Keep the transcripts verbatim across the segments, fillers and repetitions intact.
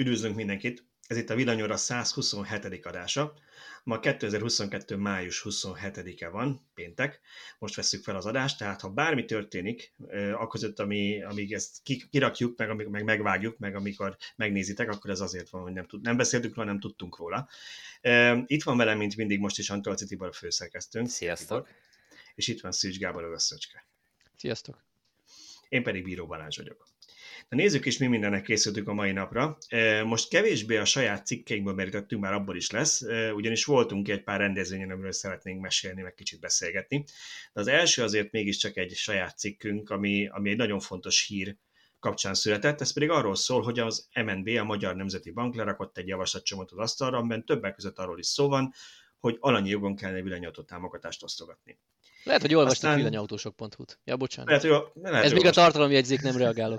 Üdvözlünk mindenkit! Ez itt a Villanyóra száz huszonhetedik adása. Ma kétezer-huszonkettő. május huszonhetedike van, péntek. Most vesszük fel az adást, tehát ha bármi történik, aközött, ami, amíg ezt kirakjuk, meg, amíg, meg megvágjuk, meg amikor megnézitek, akkor ez azért van, hogy nem, tud, nem beszéltünk róla, nem tudtunk róla. Itt van velem, mint mindig most is Antolci Tibor, a főszerkesztőnk. Sziasztok! Tibor. És itt van Szűcs Gábor, a Összöcske. Sziasztok! Én pedig Bíró Balázs vagyok. Na nézzük is, mi mindennek készültünk a mai napra. Most kevésbé a saját cikkeinkből merítettünk, már abból is lesz, ugyanis voltunk egy pár rendezvényen, amiről szeretnénk mesélni, meg kicsit beszélgetni. De az első azért mégiscsak egy saját cikkünk, ami, ami egy nagyon fontos hír kapcsán született. Ez pedig arról szól, hogy az em en bé, a Magyar Nemzeti Bank lerakott egy javaslatcsomót az asztalra, amiben többek között arról is szó van, hogy alanyi jogon kellene villanyautó támogatást osztogatni. Lehet, hogy olvastak Aztán... villanyautósok pont hu-t. Ja, bocsánat. Lehet, hogy, lehet, Ez még a tartalomjegyzék, nem reagálok.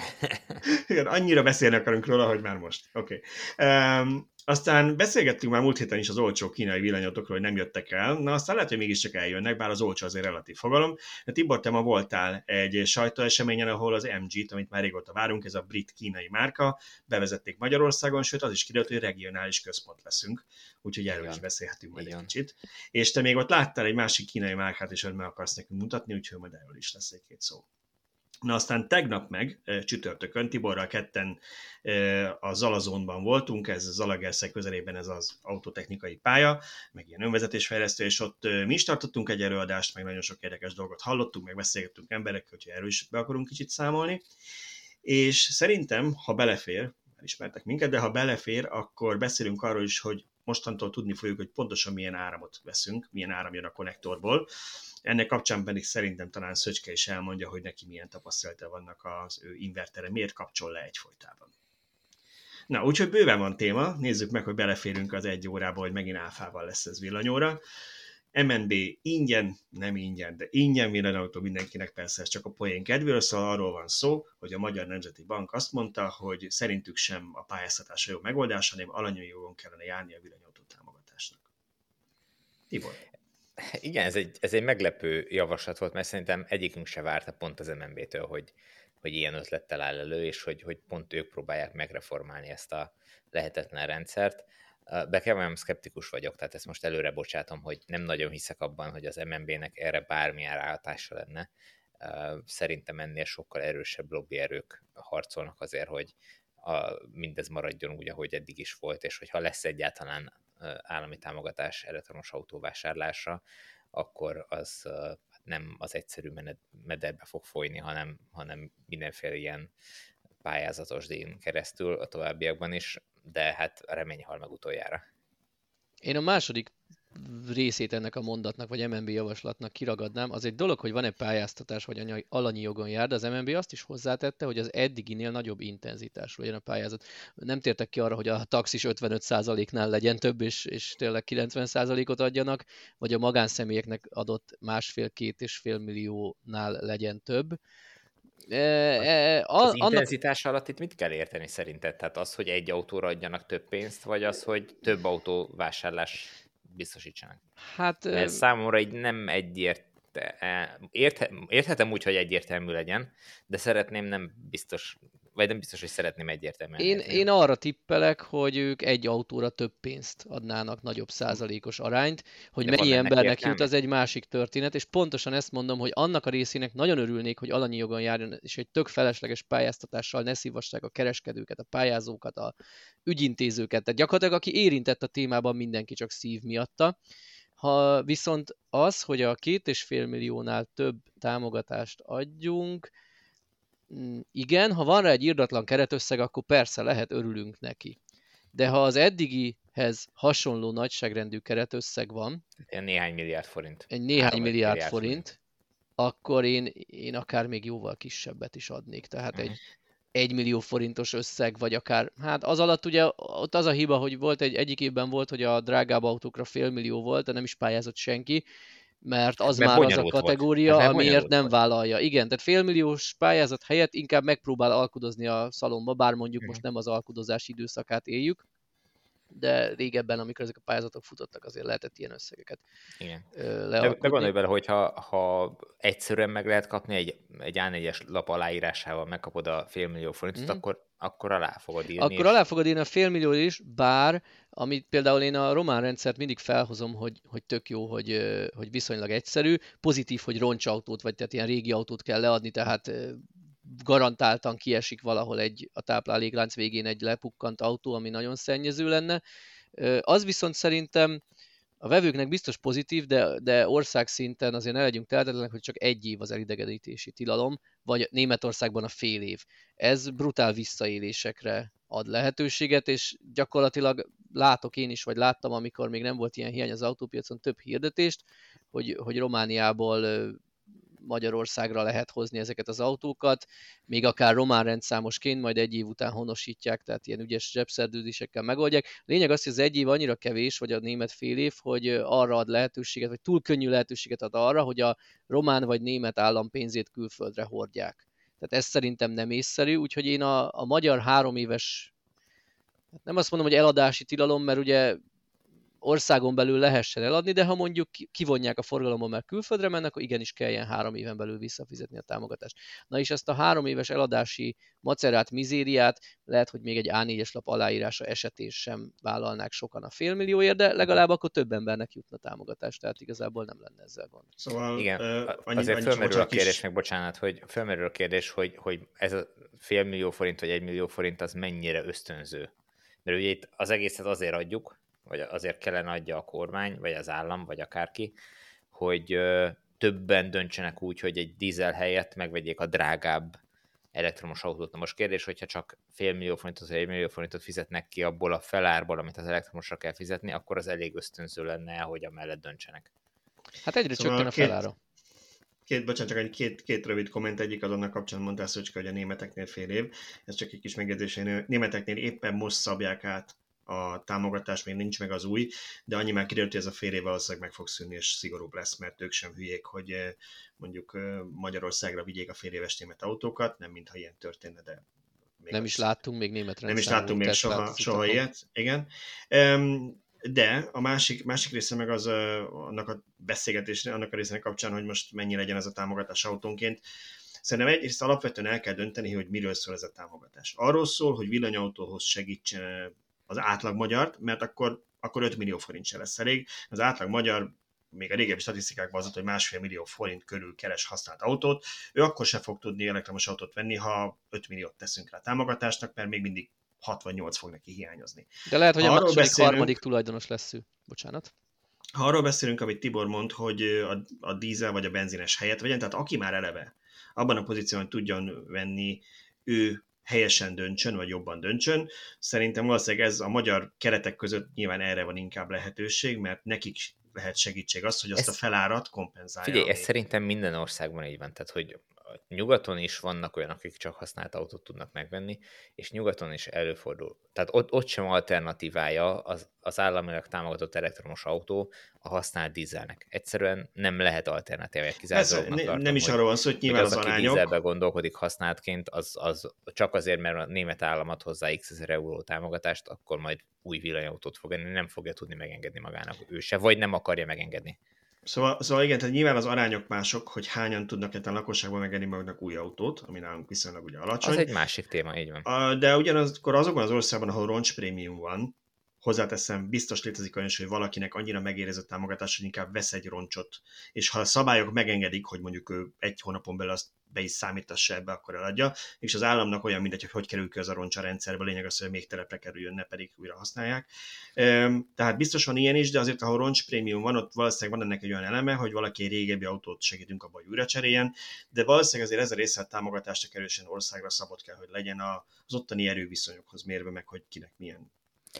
Igen, annyira beszélni akarunk róla, hogy már most. Oké. Okay. Um, aztán beszélgettünk már múlt héten is az olcsó kínai villanyautókról, hogy nem jöttek el. Na aztán lehet, hogy mégiscsak eljönnek, bár az olcsó azért relatív fogalom. De Tibor, te ma voltál egy sajtóeseményen, ahol az em gét, amit már régóta várunk, ez a brit-kínai márka, bevezették Magyarországon, sőt az is kiderült, hogy regionális központ leszünk. Úgyhogy erről Igen. is beszélhetünk majd Igen. egy kicsit. És te még ott láttál egy másik kínai márkát is, hogy meg akarsz nekünk mutatni, úgyhogy majd erről is lesz egy-két szó. Na aztán tegnap meg, csütörtökön, Tiborral ketten a Zalazónban voltunk, ez Zalaegerszeg közelében ez az autotechnikai pálya, meg ilyen önvezetésfejlesztő, és ott mi is tartottunk egy előadást, meg nagyon sok érdekes dolgot hallottunk, meg beszélgettünk emberekkel, hogy erről is be akarunk kicsit számolni. És szerintem, ha belefér, elismertek minket, de ha belefér, akkor beszélünk arról is, hogy mostantól tudni fogjuk, hogy pontosan milyen áramot veszünk, milyen áram jön a konnektorból. Ennek kapcsán pedig szerintem talán Szöcske is elmondja, hogy neki milyen tapasztalata vannak az ő invertere, miért kapcsol le egyfolytában. Na, úgyhogy bőven van téma, nézzük meg, hogy beleférünk az egy órába, hogy megint áfával lesz ez villanyóra. em en bé ingyen, nem ingyen, de ingyen villanyautó mindenkinek, persze ez csak a poén kedvéről, szóval arról van szó, hogy a Magyar Nemzeti Bank azt mondta, hogy szerintük sem a pályáztatás a jó megoldás, hanem alanyai jogon kellene járni a villanyautó támogatásnak. Tibor. Igen, ez egy, ez egy meglepő javaslat volt, mert szerintem egyikünk se várta pont az em en bé-től, hogy, hogy ilyen ötlettel áll elő, és hogy, hogy pont ők próbálják megreformálni ezt a lehetetlen rendszert. Be kell valami szkeptikus vagyok, tehát ezt most előre bocsátom, hogy nem nagyon hiszek abban, hogy az em en bé-nek erre bármilyen ráhatása lenne. Szerintem ennél sokkal erősebb lobbyerők harcolnak azért, hogy a, mindez maradjon úgy, ahogy eddig is volt, és hogyha lesz egyáltalán állami támogatás elektromos autóvásárlásra, akkor az nem az egyszerű mederbe fog folyni, hanem, hanem mindenféle ilyen pályázatos díjn keresztül a továbbiakban is, de hát remény hal meg utoljára. Én a második részét ennek a mondatnak, vagy em en bé javaslatnak kiragadnám. Az egy dolog, hogy van-e pályáztatás, vagy alanyi jogon jár, de az em en bé azt is hozzátette, hogy az eddiginél nagyobb intenzitású legyen a pályázat. Nem tértek ki arra, hogy a taxis ötvenöt százaléknál legyen több, és, és tényleg kilencven százalékot adjanak, vagy a magánszemélyeknek adott másfél-két és fél milliónál legyen több. E, e, a, az intenzitás annak... alatt itt mit kell érteni szerinted? Tehát az, hogy egy autóra adjanak több pénzt, vagy az, hogy több autóvásárlás biztosítsanak? Hát... Ez számomra így nem egyértelmű. Érthe, érthetem úgy, hogy egyértelmű legyen, de szeretném nem biztos, vagy nem biztos, hogy szeretném egyértelműen. Én, én arra tippelek, hogy ők egy autóra több pénzt adnának, nagyobb százalékos arányt, hogy de mennyi embernek értelme? Jut, az egy másik történet, és pontosan ezt mondom, hogy annak a részének nagyon örülnék, hogy alanyi jogon járjon, és egy tök felesleges pályáztatással ne szívassák a kereskedőket, a pályázókat, a ügyintézőket, tehát gyakorlatilag aki érintett a témában, mindenki csak szív miatta. Ha viszont az, hogy a két és fél milliónál több támogatást adjunk, igen, ha van rá egy irdatlan keretösszeg, akkor persze lehet, örülünk neki. De ha az eddigihez hasonló nagyságrendű keretösszeg van, egy néhány milliárd forint, egy néhány milliárd, milliárd forint, forint, akkor én, én akár még jóval kisebbet is adnék. Tehát uh-huh. egy egy millió forintos összeg, vagy akár, hát az alatt ugye ott az a hiba, hogy volt egy, egyik évben volt, hogy a drágább autókra fél millió volt, de nem is pályázott senki, mert az mert már az a kategória, amiért nem volt. Vállalja. Igen, tehát félmilliós pályázat helyett inkább megpróbál alkudozni a szalomba, bár mondjuk uh-huh. most nem az alkudozás időszakát éljük. de régebben, amikor ezek a pályázatok futottak, azért lehetett ilyen összegeket Igen. lealkudni. De, de gondolj bele, hogy ha, ha egyszerűen meg lehet kapni egy, egy á négyes lap aláírásával, megkapod a félmillió forintot, mm-hmm. akkor, akkor alá fogod írni. Akkor és... alá fogod írni a félmillió is, bár, amit például én a román rendszert mindig felhozom, hogy, hogy tök jó, hogy, hogy viszonylag egyszerű, pozitív, hogy roncsautót, vagy tehát ilyen régi autót kell leadni, tehát garantáltan kiesik valahol egy, a tápláléklánc végén egy lepukkant autó, ami nagyon szennyező lenne. Az viszont szerintem a vevőknek biztos pozitív, de, de országszinten azért ne legyünk tehetetlenek, hogy csak egy év az elidegenítési tilalom, vagy Németországban a fél év. Ez brutál visszaélésekre ad lehetőséget, és gyakorlatilag látok én is, vagy láttam, amikor még nem volt ilyen hiány az autópiacon, több hirdetést, hogy, hogy Romániából Magyarországra lehet hozni ezeket az autókat, még akár román rendszámosként, majd egy év után honosítják, tehát ilyen ügyes zsebszerződésekkel megoldják. Lényeg az, hogy az egy év annyira kevés, vagy a német fél év, hogy arra ad lehetőséget, vagy túl könnyű lehetőséget ad arra, hogy a román vagy német állam pénzét külföldre hordják. Tehát ez szerintem nem észszerű, úgyhogy én a, a magyar három éves, nem azt mondom, hogy eladási tilalom, mert ugye országon belül lehessen eladni, de ha mondjuk kivonják a forgalomból, mert külföldre mennek, akkor igenis kelljen három éven belül visszafizetni a támogatást. Na és ezt a három éves eladási macerát, mizériát lehet, hogy még egy á négyes lap aláírása esetén sem vállalnák sokan a félmillióért, de legalább akkor több embernek jutna támogatást, tehát igazából nem lenne ezzel gond. Szóval igen, uh, annyi, azért fölmerül a kérdés, meg bocsánat, hogy fölmerül a kérdés, hogy, hogy ez a félmillió forint vagy egy millió forint az mennyire ösztönző. Mert ugye itt az egészet azért adjuk, vagy azért kellene adja a kormány, vagy az állam, vagy akárki, hogy ö, többen döntsenek úgy, hogy egy dízel helyett megvegyék a drágább elektromos autót. Na most kérdés, hogyha csak fél millió forintot, vagy egy millió forintot fizetnek ki abból a felárból, amit az elektromosra kell fizetni, akkor az elég ösztönző lenne, hogy amellett döntsenek. Hát egyre szóval csökken a felára. Két, bocsánat, csak egy két, két rövid komment, egyik az annak kapcsán mondtál, Szöcske, hogy a németeknél fél év. Ez csak egy kis megjegyzés, hogy németeknél éppen most szabják át a támogatás, még nincs meg az új, de annyi már kiderült, hogy ez a fél év valószínűleg meg fog szűnni, és szigorúbb lesz, mert ők sem hülyék, hogy mondjuk Magyarországra vigyék a fél éves német autókat, nem mintha ilyen történne, de... Még nem is láttunk még német Nem is láttunk még soha, soha ilyet, igen. De a másik, másik része meg az annak a beszélgetésre, annak a részének kapcsán, hogy most mennyi legyen ez a támogatás autónként. Szerintem egyrészt alapvetően el kell dönteni, hogy miről szól ez a támogatás. Arról szól, hogy villanyautóhoz segítsen az átlag magyart, mert akkor, akkor öt millió forint se lesz elég. Az átlag magyar, még a régebbi statisztikákban az ott, hogy másfél millió forint körül keres használt autót, ő akkor se fog tudni elektromos autót venni, ha öt milliót teszünk rá támogatásnak, mert még mindig hatvannyolc fog neki hiányozni. De lehet, hogy ha a második, beszélünk, harmadik tulajdonos lesz ő. Bocsánat. Ha arról beszélünk, amit Tibor mond, hogy a, a dízel vagy a benzines helyet vegyen, tehát aki már eleve abban a pozícióban tudjon venni, ő helyesen döntsön, vagy jobban döntsön. Szerintem valószínűleg ez a magyar keretek között nyilván erre van inkább lehetőség, mert nekik lehet segítség az, hogy azt ez, a felárat kompenzálja. Figyelj, ez szerintem minden országban így van, tehát hogy nyugaton is vannak olyanok, akik csak használt autót tudnak megvenni, és nyugaton is előfordul. Tehát ott, ott sem alternatívája az, az államilag támogatott elektromos autó a használt dízelnek. Egyszerűen nem lehet alternatívája. Persze, ne, tartom, nem is arról van szó, hogy nyilván az, az arányok. Aki dízelben gondolkodik használtként, az, az csak azért, mert a német állam ad hozzá x ezer euró támogatást, akkor majd új villanyautót fog enni, nem fogja tudni megengedni magának ő se, vagy nem akarja megengedni. Szóval, szóval igen, tehát nyilván az arányok mások, hogy hányan tudnak egy lakosságban megengedni maguknak új autót, ami nálunk viszonylag ugye alacsony. Az egy másik téma, így van. De ugyanakkor azokban az országban, ahol roncsprémium van, hozzáteszem, biztos létezik olyan is, hogy valakinek annyira megérezett támogatás, hogy inkább vesz egy roncsot, és ha a szabályok megengedik, hogy mondjuk ő egy hónapon belül azt be is számítassa ebbe, akkor eladja, és az államnak olyan mindegy, hogy hogy kerül ki az a roncs a rendszerbe, lényeg az, hogy még telepre kerüljön, ne pedig újra használják. Tehát biztos van ilyen is, de azért, ahol roncs prémium van, ott valószínűleg van ennek egy olyan eleme, hogy valaki egy régebbi autót segítünk abban, hogy újra cseréljen, de valószínűleg azért ez a része a támogatásnak erősen országra szabott kell, hogy legyen az ottani erőviszonyokhoz mérve meg, hogy kinek milyen.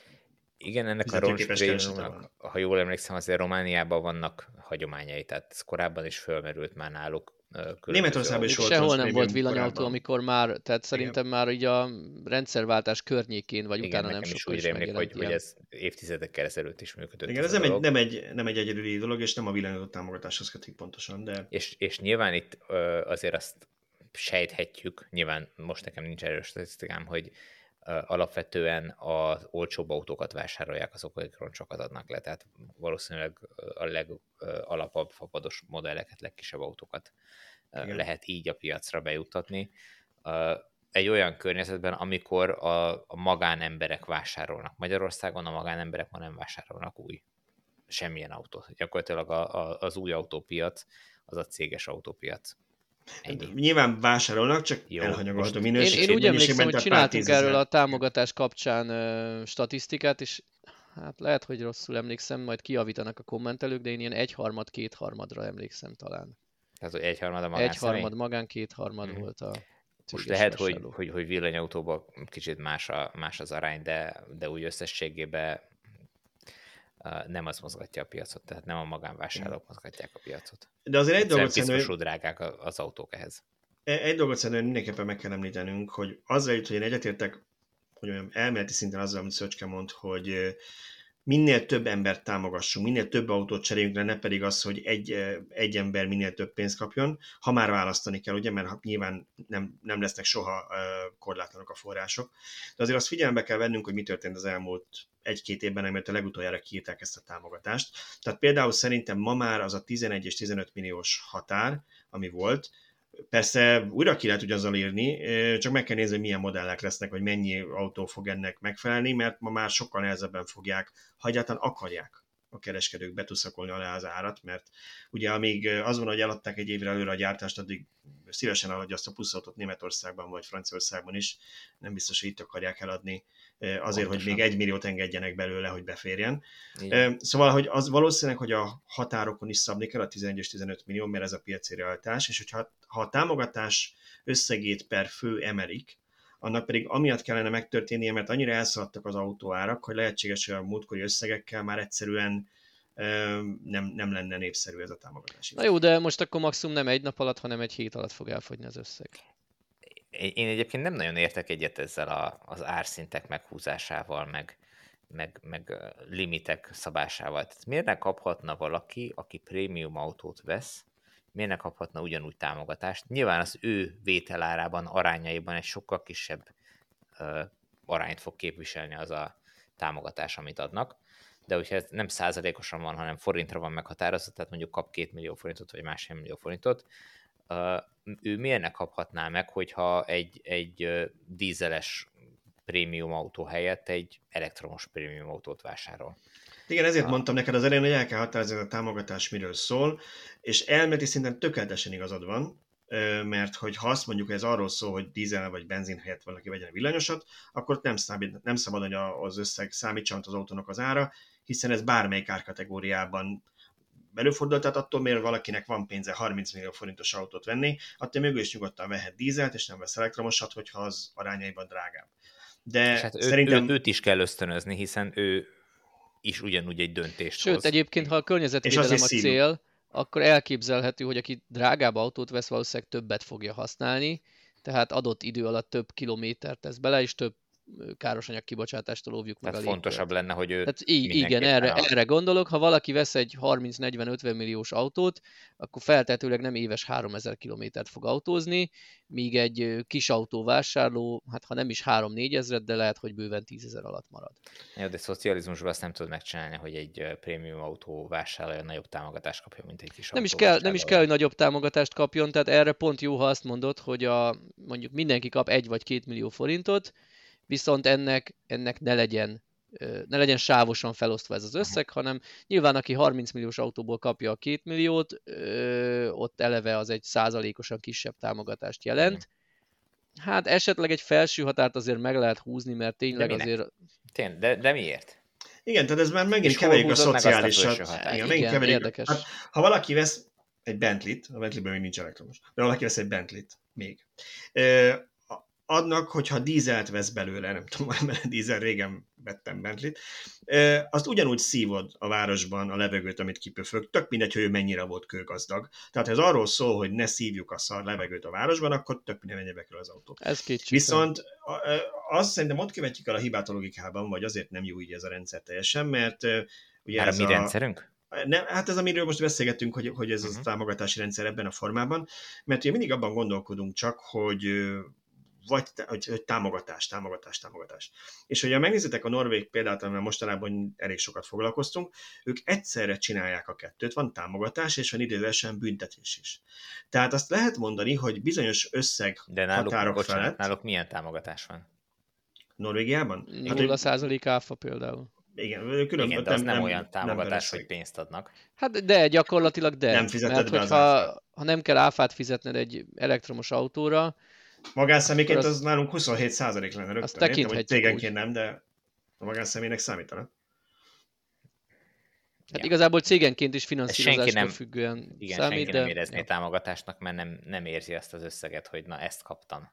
Igen, ennek a roncsprémiumnak, ha jól emlékszem, azért Romániában vannak hagyományai, tehát ez korábban is fölmerült már náluk. Németországban is volt. Sehol nem volt villanyautó, amikor már, tehát szerintem igen. Már így a rendszerváltás környékén, vagy igen, utána nem sokkal is, is rémlik, hogy, hogy ez évtizedekkel ezelőtt is működött. Igen, ez, ez nem, egy, nem, egy, nem egy egyedüli dolog, és nem a villanyautó támogatáshoz kötik pontosan, de... És, és nyilván itt azért azt sejthetjük, nyilván most nekem nincs erős statisztikám, hogy alapvetően az olcsóbb autókat vásárolják azok, akik roncsokat adnak le, tehát valószínűleg a legalapabb fapados modelleket, legkisebb autókat Igen. lehet így a piacra bejuttatni. Egy olyan környezetben, amikor a, a magánemberek vásárolnak. Magyarországon a magánemberek ma nem vásárolnak új semmilyen autót. Gyakorlatilag a, a, az új autópiac az a céges autópiac. Ennyi. Nyilván vásárolnak, csak Jó, elhanyagolható minőség. Én, én úgy emlékszem, hogy csináltunk erről a támogatás kapcsán ö, statisztikát, és hát lehet, hogy rosszul emlékszem, majd kijavítanak a kommentelők, de én ilyen egyharmad, kétharmadra emlékszem talán. Tehát, hogy egyharmad a magán Egyharmad magán, kétharmad mm-hmm. volt a Most lehet, hogy, hogy, hogy villanyautóban kicsit más, a, más az arány, de, de úgy összességében nem az mozgatja a piacot, tehát nem a magánvásárlók mozgatják a piacot. De azért egy dolgot szerintem... Biztosul drágák az autók ehhez. Egy dolgot szerintem mindenképpen meg kell említenünk, hogy azzal jut, hogy én egyetértek, hogy olyan elméleti szinten azzal, amit Szöcske mond, hogy minél több embert támogassunk, minél több autót cseréljünk le, ne pedig az, hogy egy, egy ember minél több pénzt kapjon, ha már választani kell, ugye, mert nyilván nem, nem lesznek soha korlátlanok a források. De azért azt figyelembe kell vennünk, hogy mi történt az elmúlt egy-két évben, mert a legutoljára kiírták ezt a támogatást. Tehát például szerintem ma már az a tizenegy és tizenöt milliós határ, ami volt, persze újra ki lehet ugyanazzal írni, csak meg kell nézni, hogy milyen modellek lesznek, vagy mennyi autó fog ennek megfelelni, mert ma már sokkal nehezebben fogják, ha egyáltalán akarják a kereskedők betuszakolni alá az árat, mert ugye amíg az van, hogy eladták egy évre előre a gyártást, addig szívesen eladja azt a pluszautót Németországban vagy Franciaországban is, nem biztos, hogy itt akarják eladni azért, Pontosan. hogy még egy milliót engedjenek belőle, hogy beférjen. Igen. Szóval, hogy az valószínűleg, hogy a határokon is szabni kell a tizenegy és tizenöt millió, mert ez a piaci realitás, és hogyha ha a támogatás összegét per fő emelik, annak pedig amiatt kellene megtörténnie, mert annyira elszaladtak az autóárak, hogy lehetséges, hogy a múltkori összegekkel már egyszerűen nem, nem lenne népszerű ez a támogatás. Na jó, de most akkor maximum nem egy nap alatt, hanem egy hét alatt fog elfogyni az összeg. Én egyébként nem nagyon értek egyet ezzel a, az árszintek meghúzásával, meg, meg, meg limitek szabásával. Tehát miért ne kaphatna valaki, aki prémium autót vesz, miért ne kaphatna ugyanúgy támogatást? Nyilván az ő vételárában, arányaiban egy sokkal kisebb uh, arányt fog képviselni az a támogatás, amit adnak, de hogyha ez nem százalékosan van, hanem forintra van meghatározva, tehát mondjuk kap két millió forintot, vagy másfél millió forintot, uh, ő miért ne kaphatná meg, hogyha egy, egy uh, dízeles prémium autó helyett egy elektromos prémium autót vásárol? Igen, ezért ah. mondtam neked az elején, hogy el kell határozni, a támogatás miről szól, és elméleti szinten tökéletesen igazad van, mert hogy ha azt mondjuk, hogy ez arról szól, hogy dízel vagy benzin helyett valaki vegyen villanyosat, akkor nem, számít, nem szabad, hogy az összeg számítson az autónak az ára, hiszen ez bármelyik árkategóriában előfordult, tehát attól, miért valakinek van pénze harminc millió forintos autót venni, attól mögül is nyugodtan vehet dízelt, és nem vesz elektromosat, hogyha az arányaiban drágább. De hát szerintem... őt, őt is kell ösztönözni, hiszen ő is ugyanúgy egy döntést Sőt, hoz. egyébként, ha a környezetvédelem a cél, akkor elképzelhető, hogy aki drágább autót vesz, valószínűleg többet fogja használni, tehát adott idő alatt több kilométert tesz bele, és több károsanyag kibocsátástól óvjuk meg tehát a légkört. fontosabb lenne, hogy ő tehát í- igen, erre, a... erre gondolok. Ha valaki vesz egy harminc negyven ötven milliós autót, akkor feltehetőleg nem éves háromezer kilométert fog autózni, míg egy kis autóvásárló, hát ha nem is három-négy ezret, de lehet, hogy bőven tízezer alatt marad. Jó, de szocializmusban azt nem tudod megcsinálni, hogy egy prémium autó vásárolja nagyobb támogatást kapjon, mint egy kis nem autó. Is kell, nem is kell, hogy nagyobb támogatást kapjon, tehát erre pont jó, ha azt mondod, hogy a, mondjuk mindenki kap egy vagy két millió forintot, viszont ennek, ennek ne legyen, ne legyen sávosan felosztva ez az összeg, hanem nyilván aki harminc milliós autóból kapja a két milliót, ott eleve az egy százalékosan kisebb támogatást jelent. Hát esetleg egy felső határt azért meg lehet húzni, mert tényleg azért... Tényleg, de, de miért? Igen, tehát ez már megint keverjük a szociálisat. Igen, igen, igen, érdekes. Hát, ha valaki vesz egy Bentleyt, a Bentleyben még nincs elektromos, de valaki vesz egy Bentleyt még, adnak, hogyha dízelt vesz belőle, nem tudom, mert dízel régen vettem Bentleyt, azt ugyanúgy szívod a városban a levegőt, amit kipöfög, tök mindegy, hogy ő mennyire volt kőgazdag. Tehát ha ez arról szól, hogy ne szívjuk a szar levegőt a városban, akkor tök minden mennyibe kerül az autó. Ez Viszont azt szerintem ott követjük el a hibát a logikában, vagy azért nem jó így ez a rendszer teljesen, mert ugye Már ez a mi a... rendszerünk? Nem, hát ez, amiről most beszélgettünk, hogy, hogy ez uh-huh. a támogatási rendszer ebben a formában, mert ugye mindig abban gondolkodunk csak, hogy vagy hogy, hogy támogatás, támogatás, támogatás. És hogyha megnézitek a norvég példát, amivel mostanában elég sokat foglalkoztunk, ők egyszerre csinálják a kettőt, van támogatás, és van idézősen büntetés is. Tehát azt lehet mondani, hogy bizonyos összeg De náluk, határok bocsánat, felett... náluk milyen támogatás van? Norvégiában? nulla százalék hát, áfa például. Igen, külön, igen, de az nem, nem olyan támogatás, nem hogy pénzt adnak. Hát de gyakorlatilag de. Nem fizeted mert be hogyha, ha nem kell áfát fizetned egy elektromos autóra, magánszemélyként az, az nálunk huszonhét százalék lenne rögtön. Azt tekinthetjük cégenként nem, de a magánszemélynek számítanak. Hát ja. igazából cégenként is finanszírozástól nem, függően igen, számít, senki de... nem érezné ja. támogatásnak, mert nem, nem érzi azt az összeget, hogy na ezt kaptam.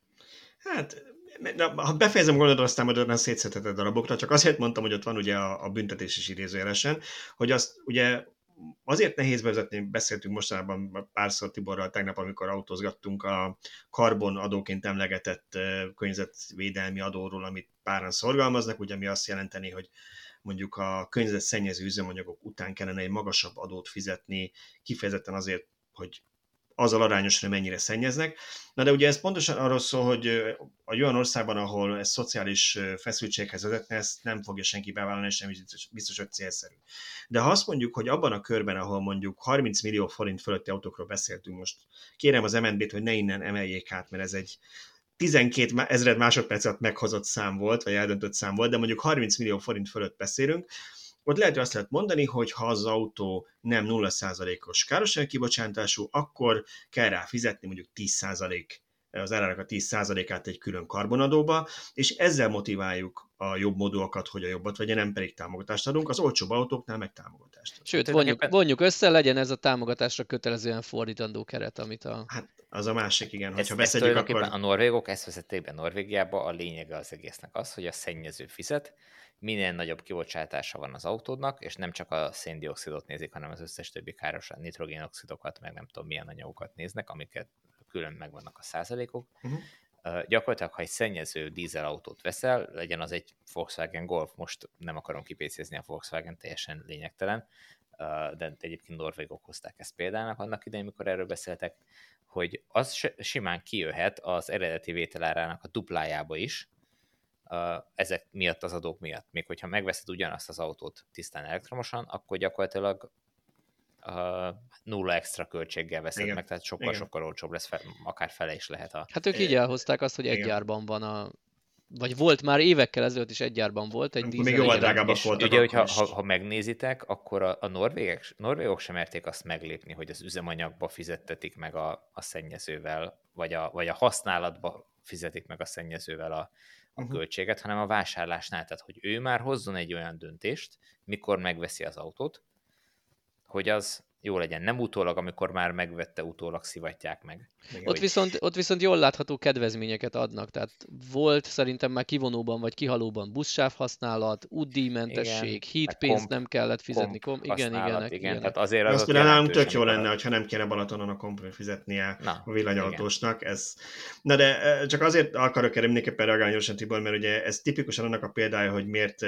Hát, na, ha befejezem gondolat, aztán majd onnan szétszeteted darabokra, csak azért mondtam, hogy ott van ugye a, a büntetés is idézőjelesen, hogy azt ugye azért nehéz bevezetni, beszéltünk mostanában párszor Tiborral tegnap, amikor autózgattunk a karbonadóként emlegetett környezetvédelmi adóról, amit páran szorgalmaznak, ugye ami azt jelenteni, hogy mondjuk a környezetszennyező üzemanyagok után kellene egy magasabb adót fizetni, kifejezetten azért, hogy azzal arányosan, mennyire szennyeznek. Na de ugye ez pontosan arról szól, hogy egy olyan országban, ahol ez szociális feszültséghez vezetne, ezt nem fogja senki bevállalni, és nem biztos, biztos, hogy célszerű. De ha azt mondjuk, hogy abban a körben, ahol mondjuk harminc millió forint fölötti autókról beszéltünk most, kérem az em en bé-t, hogy ne innen emeljék át, mert ez egy tizenkét ezred másodpercet meghozott szám volt, vagy eldöntött szám volt, de mondjuk harminc millió forint fölött beszélünk, ott lehet, hogy azt lehet mondani, hogy ha az autó nem nulla százalékos károsanyag kibocsátású, akkor kell rá fizetni mondjuk tíz százalék, az árának a tíz százalékát egy külön karbonadóba, és ezzel motiváljuk a jobb modulakat, hogy a jobbat vegyen, nem pedig támogatást adunk, az olcsóbb autóknál meg támogatást adunk. Sőt, vonjuk, vonjuk össze, legyen ez a támogatásra kötelezően fordítandó keret, amit a... Hát az a másik, igen, hogyha ezt, beszedjük, ezt akkor... A norvégok ezt vezették be Norvégiába, a lényege az egésznek az, hogy a szennyező fizet, minél nagyobb kibocsátása van az autódnak, és nem csak a széndioxidot nézik, hanem az összes többi káros nitrogénoxidokat, meg nem tudom milyen anyagokat néznek, amiket külön megvannak a százalékok. Uh-huh. Uh, gyakorlatilag, ha egy szennyező dízelautót veszel, legyen az egy Volkswagen Golf, most nem akarom kipécézni a Volkswagen, teljesen lényegtelen, uh, de egyébként norvégok hozták ezt példának annak idején, amikor erről beszéltek, hogy az simán kijöhet az eredeti vételárának a duplájába is, Uh, ezek miatt, az adók miatt. Még hogyha megveszed ugyanazt az autót tisztán elektromosan, akkor gyakorlatilag uh, nulla extra költséggel veszed Igen. meg, tehát sokkal-sokkal olcsóbb lesz, fe, akár fele is lehet a... Hát ők így elhozták azt, hogy egy gyárban van a... Vagy volt már évekkel ezelőtt is egy gyárban volt egy dízel. Még jóval drágábbak voltak. Ugye, hogyha ha, ha megnézitek, akkor a, a norvégek, norvégok sem merték azt meglépni, hogy az üzemanyagba fizettetik meg a, a szennyezővel, vagy a, vagy a használatba fizetik meg a szennyezővel a a uh-huh. költséget, hanem a vásárlásnál, tehát hogy ő már hozzon egy olyan döntést, mikor megveszi az autót, hogy az jó legyen. Nem utólag, amikor már megvette, utólag szivatják meg. Ott, hogy... viszont, ott viszont jól látható kedvezményeket adnak, tehát volt szerintem már kivonóban vagy kihalóban buszsáv használat, útdíjmentesség, hídpénzt nem kellett fizetni. Komp, kom, igen, igen, igen. igen. Tehát azért az azt például nálunk tök jó lenne, hogyha nem kéne Balatonon a komplet fizetnie Na, a villanyautósnak. Ez... Na de csak azért akarok erre mindenképpen reagálni gyorsan, Tibor, mert ugye ez tipikusan annak a példája, hogy miért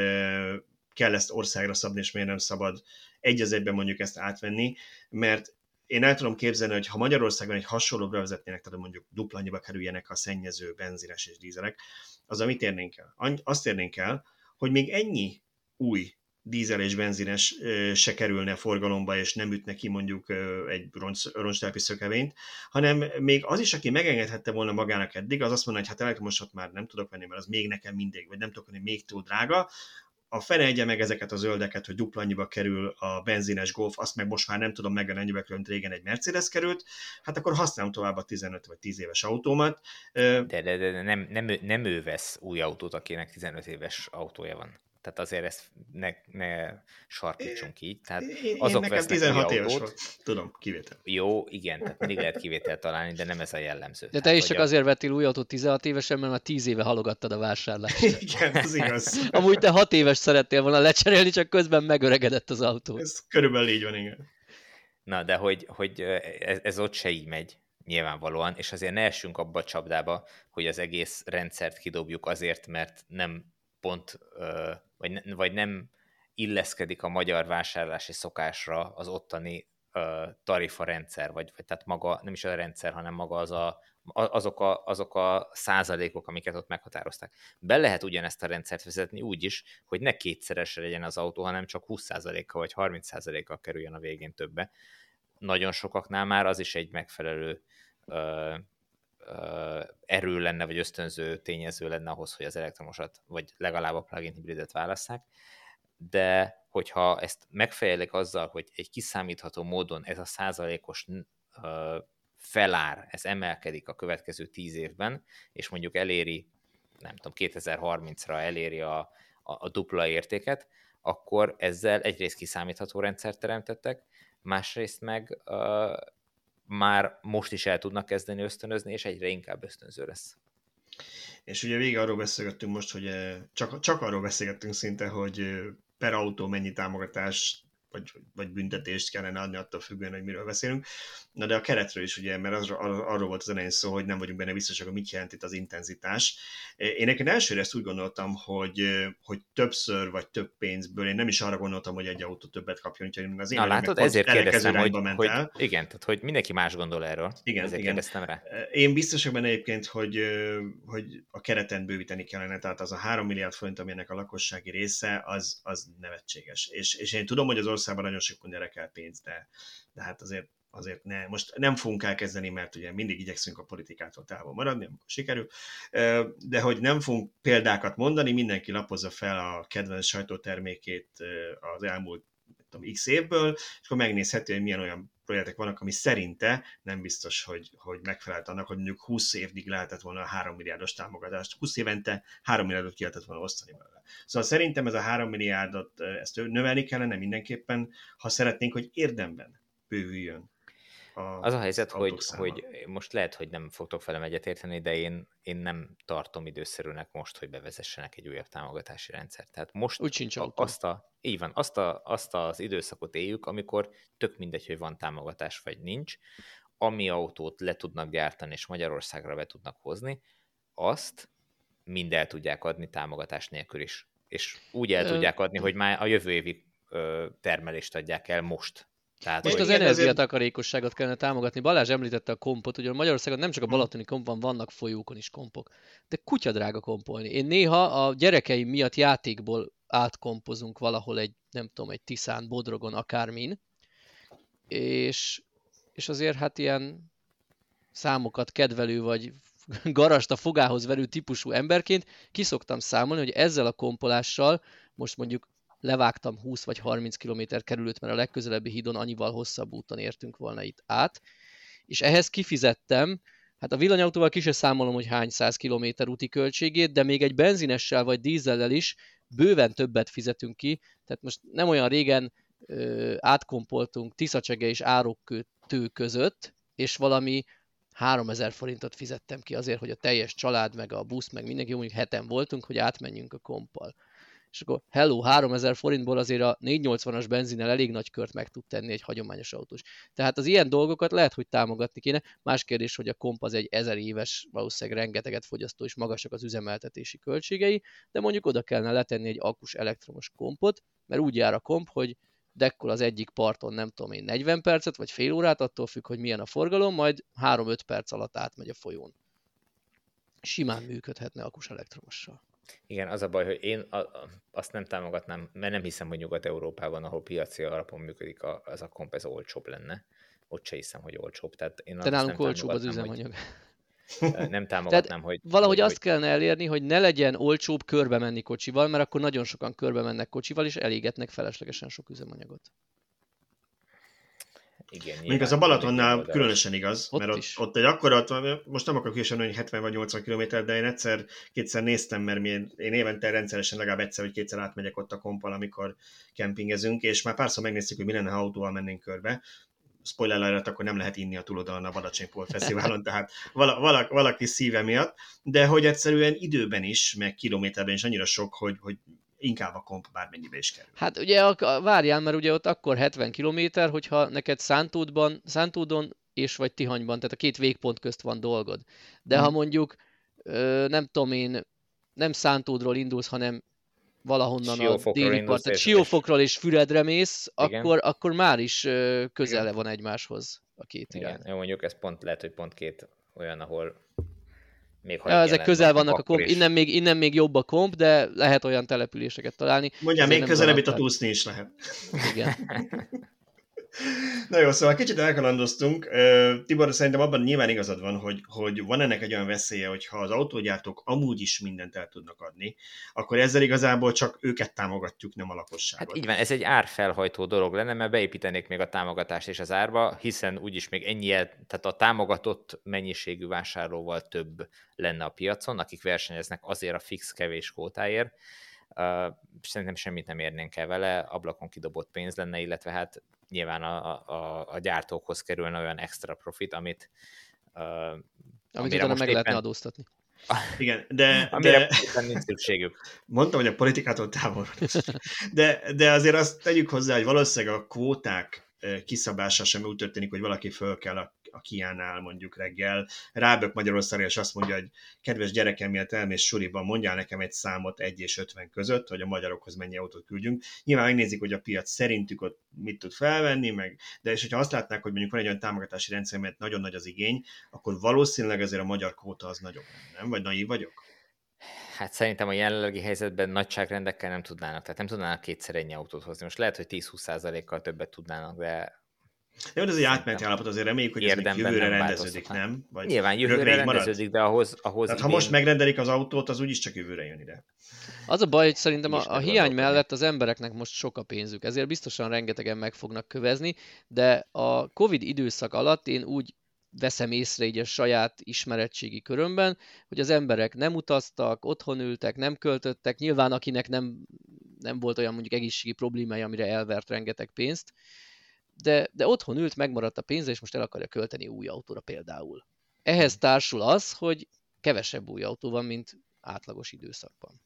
kell ezt országra szabni, és miért nem szabad egy az egyben mondjuk ezt átvenni, mert én el tudom képzelni, hogy ha Magyarországon egy hasonló bevezetnének, tehát mondjuk dupla annyiba kerüljenek a szennyező benzines és dízelek, az amit érnénk el? Azt érnénk el, hogy még ennyi új dízel és benzines se kerülne forgalomba, és nem ütne ki mondjuk egy roncstelepi szökevényt, hanem még az is, aki megengedhette volna magának eddig, az azt mondja, hogy hát elektromosat már nem tudok venni, mert az még nekem mindig, vagy nem tudok venni, még túl drága, a fene egye meg ezeket a zöldeket, hogy dupla annyiba kerül a benzines Golf, azt meg most már nem tudom meg, annyiba kerül, régen egy Mercedes került, hát akkor használom tovább a tizenöt vagy tíz éves autómat. De, de, de nem, nem, nem ő vesz új autót, akinek tizenöt éves autója van. Tehát azért ezt ne, ne sarkítsunk így. Tehát én, azok én nekem tizenhat éves volt. Tudom, kivétel. Jó, igen, tehát mindig lehet kivételt találni, de nem ez a jellemző. De te tehát, is csak a... azért vettél új autót tizenhat évesen, mert már tíz éve halogattad a vásárlást. Igen, az igaz. Amúgy te hat éves szerettél volna lecserélni, csak közben megöregedett az autó. Ez körülbelül így van, igen. Na, de hogy, hogy ez, ez ott se így megy, nyilvánvalóan, és azért ne essünk abba a csapdába, hogy az egész rendszert kidobjuk azért, mert nem pont, vagy, ne, vagy nem illeszkedik a magyar vásárlási szokásra az ottani tarifa rendszer, vagy, vagy tehát maga, nem is a rendszer, hanem maga az a azok a, azok a százalékok, amiket ott meghatározták. Be lehet ugyanezt a rendszert vezetni úgy is, hogy ne kétszeresre legyen az autó, hanem csak húsz százalékkal vagy harminc százalékkal kerüljön a végén többe. Nagyon sokaknál már az is egy megfelelő ö, ö, erő lenne, vagy ösztönző tényező lenne ahhoz, hogy az elektromosat, vagy legalább a plug-in hibridet válasszák. De hogyha ezt megfejelik azzal, hogy egy kiszámítható módon ez a százalékos ö, felár, ez emelkedik a következő tíz évben, és mondjuk eléri, nem tudom, kétezer-harmincra eléri a, a, a dupla értéket, akkor ezzel egyrészt kiszámítható rendszert teremtettek, másrészt meg uh, már most is el tudnak kezdeni ösztönözni, és egyre inkább ösztönző lesz. És ugye végig arról beszélgettünk most, hogy csak, csak arról beszélgettünk szinte, hogy per autó mennyi támogatás vagy, vagy büntetést kellene adni attól függően, hogy miről beszélünk. Na de a keretről is, ugye, mert az, arról volt az elején szó, hogy nem vagyunk benne biztosak, hogy mit jelent itt az intenzitás. Én nekem elsőre ezt úgy gondoltam, hogy, hogy többször vagy több pénzből, én nem is arra gondoltam, hogy egy autó többet kapjon, úgyhogy az én Na látod, ezért kérdeztem, hogy, hogy el. igen, tehát hogy mindenki más gondol erről. Igen, ezért igen. kérdeztem rá. Én biztos vagyok benne egyébként, hogy, hogy a kereten bővíteni kellene, tehát az a három milliárd forint, ami ennek a lakossági része, az, az nevetséges. És, és én tudom, hogy az országban nagyon sok mindenre kell pénz, de, de hát azért azért ne, most nem fogunk elkezdeni, mert ugye mindig igyekszünk a politikától távol maradni, amikor sikerül, de hogy nem fogunk példákat mondani, mindenki lapozza fel a kedvenc sajtótermékét az elmúlt tudom, x évből, és akkor megnézheti, hogy milyen olyan projektek vannak, ami szerinte nem biztos, hogy, hogy megfelelt annak, hogy mondjuk húsz évig lehetett volna a három milliárdos támogatást, húsz évente három milliárdot ki lehetett volna osztani belőle. Szóval szerintem ez a három milliárdot, ezt növelni kellene mindenképpen, ha szeretnénk, hogy érdemben bővüljön. A az a helyzet, hogy, hogy most lehet, hogy nem fogtok velem egyetérteni, de én, én nem tartom időszerűnek most, hogy bevezessenek egy újabb támogatási rendszert. Tehát most úgy sincs a, azt, a, így van, azt, a, azt az időszakot éljük, amikor tök mindegy, hogy van támogatás vagy nincs, ami autót le tudnak gyártani és Magyarországra be tudnak hozni, azt mind el tudják adni támogatás nélkül is. És úgy el tudják adni, hogy már a jövő évi ö, termelést adják el most. Tehát, most az energiatakarékosságot kellene támogatni. Balázs említette a kompot, ugye Magyarországon nem csak a balatoni komp van, vannak folyókon is kompok. De kutyadrága kompolni. Én néha a gyerekeim miatt játékból átkompozunk valahol egy, nem tudom, egy Tiszán, Bodrogon, akármin, és, és azért hát ilyen számokat kedvelő, vagy garast a fogához verő típusú emberként ki szoktam számolni, hogy ezzel a kompolással most mondjuk levágtam húsz vagy harminc kilométer kerülőt, mert a legközelebbi hídon annyival hosszabb úton értünk volna itt át, és ehhez kifizettem, hát a villanyautóval ki se számolom, hogy hány száz kilométer úti költségét, de még egy benzinessel vagy dízellel is bőven többet fizetünk ki, tehát most nem olyan régen ö, átkompoltunk Tiszacsege és Árokkötő között, és valami háromezer forintot fizettem ki azért, hogy a teljes család, meg a busz, meg mindenki, mondjuk heten voltunk, hogy átmenjünk a kompal. És akkor hello, háromezer forintból azért a négyszáznyolcvanas benzinnel elég nagy kört meg tud tenni egy hagyományos autós. Tehát az ilyen dolgokat lehet, hogy támogatni kéne. Más kérdés, hogy a komp az egy ezer éves, valószínűleg rengeteget fogyasztó és magasak az üzemeltetési költségei, de mondjuk oda kellene letenni egy akkus elektromos kompot, mert úgy jár a komp, hogy dekkol az egyik parton, nem tudom én, negyven percet, vagy fél órát, attól függ, hogy milyen a forgalom, majd három-öt perc alatt átmegy a folyón. Simán működhetne akkus elektromossal. Igen, az a baj, hogy én azt nem támogatnám, mert nem hiszem, hogy Nyugat-Európában, ahol piaci alapon működik a, az a komp, ez olcsóbb lenne. Ott se hiszem, hogy olcsóbb. Tehát én de nálunk olcsóbb az üzemanyag. Hogy, nem támogatnám, Tehát hogy... valahogy hogy, azt hogy... kellene elérni, hogy ne legyen olcsóbb körbe menni kocsival, mert akkor nagyon sokan körbe mennek kocsival, és elégetnek feleslegesen sok üzemanyagot. Igen, mondjuk ez a Balatonnál különösen igaz, ott mert ott, ott egy akkora, most nem akarok is hogy hetven vagy nyolcvan kilométer, de én egyszer, kétszer néztem, mert én, én évente rendszeresen legalább egyszer vagy kétszer átmegyek ott a kompal, amikor kempingezünk, és már párszor megnéztük, hogy mi lenne, ha autóval mennénk körbe. Spoiler alert, akkor nem lehet inni a túloldalon a Badacsony-Pól Fesztiválon, tehát valaki, valaki szíve miatt, de hogy egyszerűen időben is, meg kilométerben is annyira sok, hogy, hogy inkább a komp bármennyibe is kerül. Hát ugye a, várjál, mert ugye ott akkor hetven kilométer, hogyha neked Szántódban, Szántódon és vagy Tihanyban, tehát a két végpont közt van dolgod. De hmm. ha mondjuk, nem tudom én, nem Szántódról indulsz, hanem valahonnan Siófokról a déli part, tehát Siófokról és Füredre mész, akkor, akkor már is közel van egymáshoz a két irány. Igen, jó, mondjuk ez pont lehet, hogy pont két olyan, ahol még ha Ja, ezek közel vannak a komp, is. innen még, innen még jobb a komp, de lehet olyan településeket találni. Mondjál, még közelebb itt a túszni is lehet. Igen. Na jó, szóval kicsit elkalandoztunk. Tibor, szerintem abban nyilván igazad van, hogy, hogy van ennek egy olyan veszélye, hogy ha az autógyártók amúgy is mindent el tudnak adni, akkor ezzel igazából csak őket támogatjuk, nem a lakosságot. Hát így van, ez egy árfelhajtó dolog lenne, mert beépítenék még a támogatást is az árba, hiszen úgyis még ennyi, tehát a támogatott mennyiségű vásárlóval több lenne a piacon, akik versenyeznek azért a fix kevés kvótáért. Uh, szerintem semmit nem érnénk el vele, ablakon kidobott pénz lenne, illetve hát nyilván a, a, a gyártókhoz kerülne olyan extra profit, amit uh, amit utána meg éppen... lehetne adóztatni. Igen, de... Amire de... nincs szükségük. Mondtam, hogy a politikától távol. De, de azért azt tegyük hozzá, hogy valószínűleg a kvóták kiszabása sem úgy történik, hogy valaki föl kell a, a Kiánál mondjuk reggel, rábök Magyarországra, és azt mondja, hogy kedves gyerekem, miért elmész suriban, mondjál nekem egy számot egy és ötven között, hogy a magyarokhoz mennyi autót küldjünk. Nyilván megnézik, hogy a piac szerintük ott mit tud felvenni, meg, de és hogyha azt látnák, hogy mondjuk van egy olyan támogatási rendszer, mert nagyon nagy az igény, akkor valószínűleg azért a magyar kvóta az nagyobb, nem? Vagy naív vagyok? Hát szerintem a jelenlegi helyzetben nagyságrendekkel nem tudnának, tehát nem tudnának kétszer ennyi autót hozni. Most lehet, hogy tíz-húsz százalékkal többet tudnának, de... Jó, de ez egy átmeneti állapot, azért reméljük, hogy ez még jövőre rendeződik, nem? Vagy nyilván jövőre rendeződik, de ahhoz, ahhoz Tehát idén... ha most megrendelik az autót, az úgyis csak jövőre jön ide. Az a baj, hogy szerintem a, a hiány mellett az embereknek most sok a pénzük, ezért biztosan rengetegen meg fognak kövezni, de a Covid időszak alatt én úgy veszem észre így a saját ismeretségi körömben, hogy az emberek nem utaztak, otthon ültek, nem költöttek, nyilván akinek nem, nem volt olyan mondjuk egészségi problémája, amire elvert rengeteg pénzt, de, de otthon ült, megmaradt a pénze, és most el akarja költeni új autóra például. Ehhez társul az, hogy kevesebb új autó van, mint átlagos időszakban.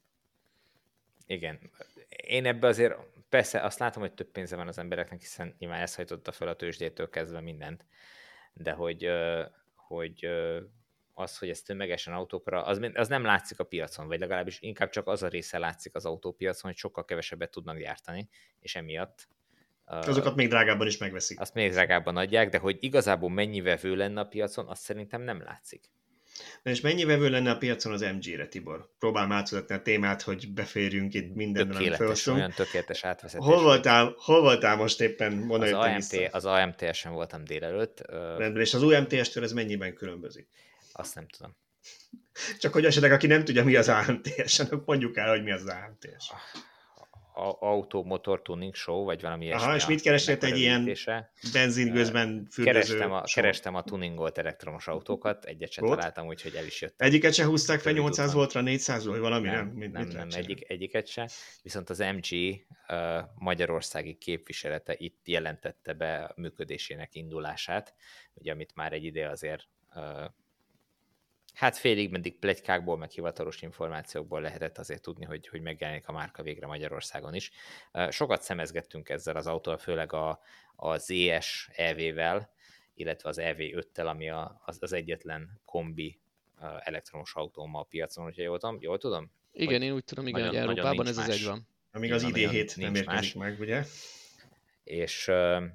Igen. Én ebbe azért, persze azt látom, hogy több pénze van az embereknek, hiszen nyilván ez hajtotta fel a tőzsdétől kezdve mindent, de hogy, hogy az, hogy ez tömegesen autókra, az, az nem látszik a piacon, vagy legalábbis inkább csak az a része látszik az autópiacon, hogy sokkal kevesebbet tudnak gyártani, és emiatt azokat még drágábban is megveszik. Azt még drágábban adják, de hogy igazából mennyi vevő lenne a piacon, azt szerintem nem látszik. Na és mennyi vevő lenne a piacon az em gé-re, Tibor? Próbálj átvezetni a témát, hogy beférjünk itt mindenben, amit felhoztunk. Olyan tökéletes átvezetés. Hol voltál, hol voltál most éppen? Mondani, az, á em té, az á em té esen voltam délelőtt. Rendben, és az u em té es-től ez mennyiben különbözik? Azt nem tudom. Csak hogy esetleg, aki nem tudja, mi az á em té es, mondjuk el, hogy mi az az á em té es. Autó, motor, tuning show, vagy valami ilyesmi. Aha, és mit keresett egy ilyen benzingőzben fürdőző kerestem a, kerestem a tuningolt elektromos autókat, egyet sem találtam, úgyhogy el is jöttem. Egyiket se húzták fel nyolcszáz voltra, négyszáz, vagy valami, nem? Nem, mit, nem, mit nem egyik, egyiket se. Viszont az em gé uh, magyarországi képviselete itt jelentette be a működésének indulását, ugye amit már egy ide azért uh, hát félig meddig pletykákból, meg hivatalos információkból lehetett azért tudni, hogy, hogy megjelenik a márka végre Magyarországon is. Sokat szemezgettünk ezzel az autóval, főleg a, a zé es é vé-vel, illetve az é vé öttel, ami a, az, az egyetlen kombi elektromos autó ma a piacon, hogyha jól tudom. Jól tudom? Igen, hogy én úgy tudom, igen, nagyon, hogy Európában ez az egy van. Amíg az i dé hét nem érkezik meg, ugye? És...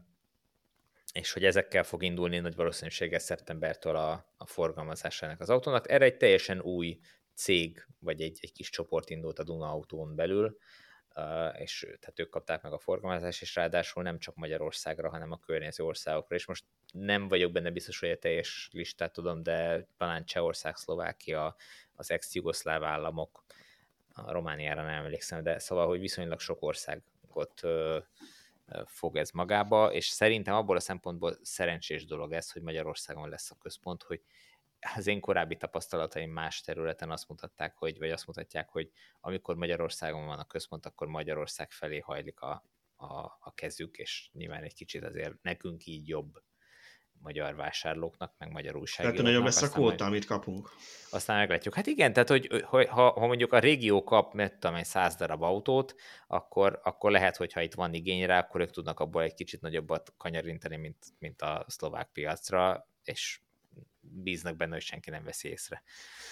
és hogy ezekkel fog indulni nagy valószínűséggel szeptembertől a, a forgalmazásának az autónak. Erre egy teljesen új cég, vagy egy, egy kis csoport indult a Duna Autón belül, uh, és tehát ők kapták meg a forgalmazást, és ráadásul nem csak Magyarországra, hanem a környező országokra, és most nem vagyok benne biztos, hogy a teljes listát tudom, de talán Csehország, Szlovákia, az ex-jugoszláv államok, a Romániára nem emlékszem, de szóval, hogy viszonylag sok országot uh, fog ez magába, és szerintem abból a szempontból szerencsés dolog ez, hogy Magyarországon lesz a központ, hogy az én korábbi tapasztalataim más területen azt mutatták, hogy, vagy azt mutatják, hogy amikor Magyarországon van a központ, akkor Magyarország felé hajlik a, a, a kezük, és nyilván egy kicsit azért nekünk így jobb magyar vásárlóknak, meg magyar újságíróknak. Tehát nagyobb lesz a kvóta, amit kapunk. Aztán meglátjuk. Hát igen, tehát hogy ha, ha mondjuk a régió kap, mert tudom én, száz darab autót, akkor, akkor lehet, hogy ha itt van igény rá, akkor ők tudnak abból egy kicsit nagyobbat kanyarintani, mint, mint a szlovák piacra, és bíznak benne, hogy senki nem veszi észre.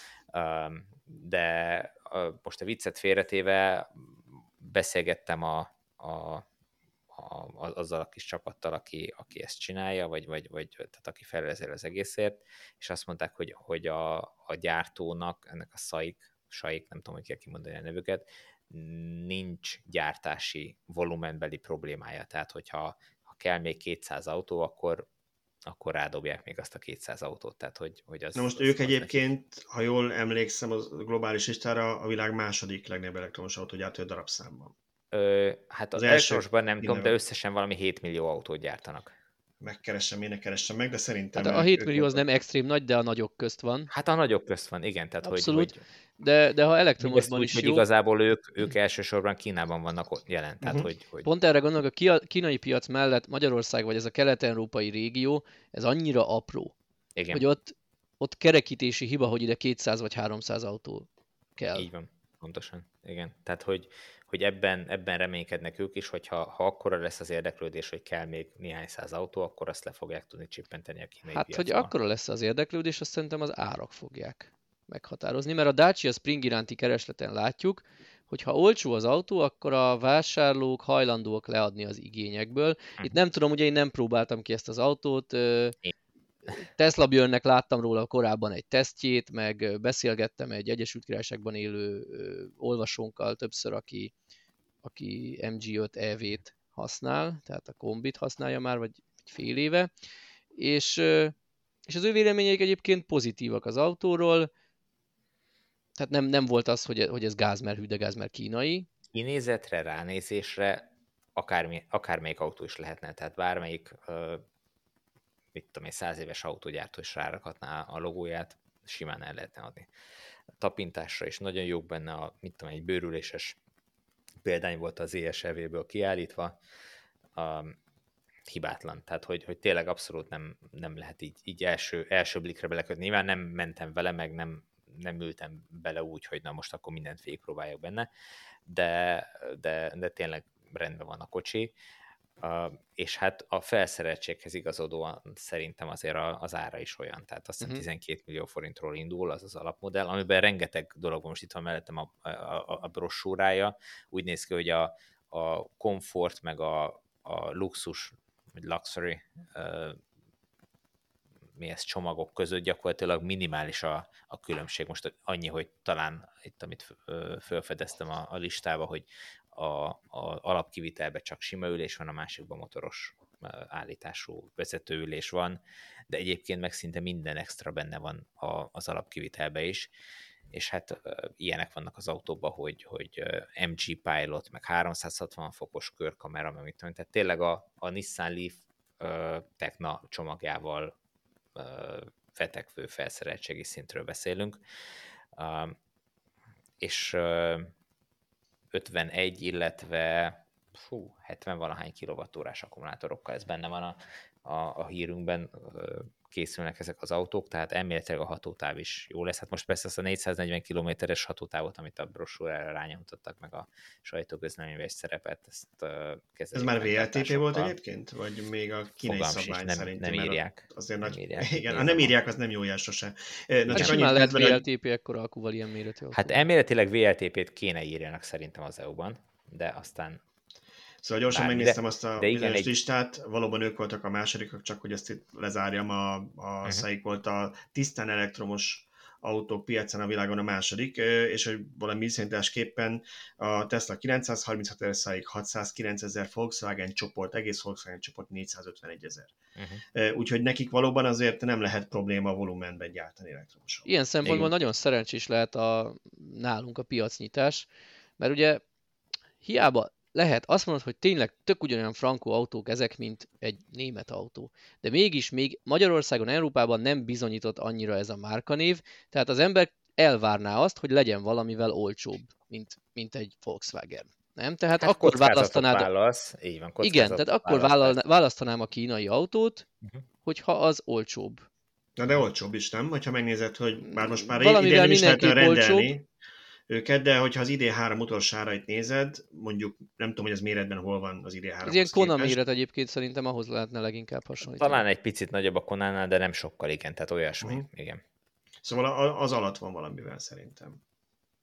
De most a viccet félretéve beszélgettem a, a a, azzal a kis csapattal, aki, aki ezt csinálja, vagy, vagy, vagy tehát aki felel ezért az egészért, és azt mondták, hogy, hogy a, a gyártónak, ennek a SAIC, SAIC, nem tudom, hogy kell kimondani a nevüket, nincs gyártási volumenbeli problémája, tehát hogyha ha kell még kétszáz autó, akkor akkor rádobják még azt a kétszáz autót. Tehát, hogy, hogy az, Na most az, ők az egyébként, neki... ha jól emlékszem, a globális listára a világ második legnagyobb elektromos autógyártó darabszámban. Ö, hát az, az elektromosban nem tudom, de összesen valami hét millió autót gyártanak. Megkeresem, én ne keressem meg, de szerintem... Hát a hét millió az nem extrém nagy, de a nagyok közt van. Hát a nagyok közt van, igen. Tehát abszolút, hogy, hogy... De, de ha elektromosban úgy, is hogy jó... igazából ők, ők elsősorban Kínában vannak ott jelen. Tehát, uh-huh. hogy, hogy... Pont erre gondolok, a kínai piac mellett Magyarország, vagy ez a kelet-európai régió, ez annyira apró, igen. hogy ott, ott kerekítési hiba, hogy ide kétszáz vagy háromszáz autó kell. Így van, pontosan. Igen. Tehát, hogy, hogy ebben, ebben reménykednek ők is, hogy ha, ha akkora lesz az érdeklődés, hogy kell még néhány száz autó, akkor azt le fogják tudni csippenteni a kínai hát, piacba. hogy akkora lesz az érdeklődés, azt szerintem az árak fogják meghatározni, mert a Dacia Spring iránti keresleten látjuk, hogy ha olcsó az autó, akkor a vásárlók hajlandóak leadni az igényekből. Itt nem tudom, ugye én nem próbáltam ki ezt az autót, Tesla Björnnek láttam róla korábban egy tesztjét, meg beszélgettem egy Egyesült Királyságban élő olvasónkkal többször, aki, aki em gé öt é vét használ, tehát a kombit használja már, vagy fél éve, és, és az ő véleményeik egyébként pozitívak az autóról, tehát nem, nem volt az, hogy, hogy ez gázmer, hűdegázmer kínai. Kinézetre, ránézésre akármi, akármelyik autó is lehetne, tehát bármelyik uh, mit tudom én, száz éves autógyártó is rárakhatná a logóját, simán el lehetne adni. A tapintásra is nagyon jók benne, a, mit tudom, egy bőrüléses példány volt az é es é véből kiállítva, um, hibátlan. Tehát, hogy, hogy tényleg abszolút nem, nem lehet így, így első, első blikre belekötni. Nyilván nem mentem vele, meg nem, nem ültem bele úgy, hogy na most akkor mindent végigpróbáljak benne, de, de, de tényleg rendben van a kocsi. Uh, és hát a felszereltséghez igazodóan szerintem azért a, az ára is olyan, tehát azt hiszem uh-huh. tizenkét millió forintról indul az az alapmodell, amiben rengeteg dolog, most itt van mellettem a, a, a brossúrája, úgy néz ki, hogy a, a komfort meg a, a luxus, vagy luxury uh, mi ez csomagok között gyakorlatilag minimális a, a különbség. Most annyi, hogy talán itt, amit felfedeztem a, a listába, hogy a, a alapkivitelben csak sima ülés van, a másikban motoros állítású vezetőülés van, de egyébként meg szinte minden extra benne van a, az alapkivitelben is, és hát ilyenek vannak az autóban, hogy, hogy em gé Pilot, meg háromszázhatvan fokos körkamera, meg mit tudom, tehát tényleg a, a Nissan Leaf uh, Tecna csomagjával uh, fetekvő felszereltségi szintről beszélünk, uh, és uh, ötvenegy, illetve fú, hetven valahány kilowattórás akkumulátorokkal, ez benne van a, a, a hírünkben, készülnek ezek az autók, tehát elméletileg a hatótáv is jó lesz. Hát most persze azt a négyszáznegyven kilométeres hatótávot, amit a brossúrára rányomtattak, meg a sajtóközleményben is szerepelt, ezt uh, ez már vé el té pé volt egyébként? Vagy még a kínai Fogalm szabvány nem, szerint? nem írják. Azért nem nagy... írják. Igen, ha nem írják, az nem jó jel sose. Na, hát simán lehet vé el té pé ekkora alkuval ilyen méretű autó. Hát elméletileg vé el té pét kéne írjanak szerintem az é u-ban, de aztán Szóval gyorsan bármi, megnéztem de, azt a de bizonyos egy... listát, valóban ők voltak a másodikak, csak hogy ezt itt lezárjam, a, a uh-huh. SAIC volt a tisztán elektromos autók piacán a világon a második, és hogy valami viszonyításképpen a Tesla kilencszázharminchat ezer, SAIC hatszázkilencezer, Volkswagen csoport, egész Volkswagen csoport négyszázötvenegy ezer. Uh-huh. Úgyhogy nekik valóban azért nem lehet probléma a volumenben gyártani elektromos autót. Ilyen szempontból nagyon szerencsés lehet a, nálunk a piacnyitás, mert ugye hiába lehet, azt mondod, hogy tényleg tök ugyanolyan frankó autók ezek, mint egy német autó. De mégis még Magyarországon, Európában nem bizonyított annyira ez a márkanév, tehát az ember elvárná azt, hogy legyen valamivel olcsóbb, mint, mint egy Volkswagen. Nem? Tehát hát akkor választanád... Válasz. Így van, igen, tehát akkor válasz, választanám a kínai autót, uh-huh. hogyha az olcsóbb. Na de olcsóbb is, nem? Hogyha megnézed, hogy már most már idén is lehetne rendelni olcsóbb őket, de hogyha az idé három utolsó árait nézed, mondjuk nem tudom, hogy az méretben hol van az idé három. Ez ilyen Kona méret egyébként szerintem ahhoz lehetne leginkább hasonlítani. Talán egy picit nagyobb a Konánál, de nem sokkal, igen, tehát olyasmi, uh-huh. igen. Szóval az alatt van valamivel szerintem.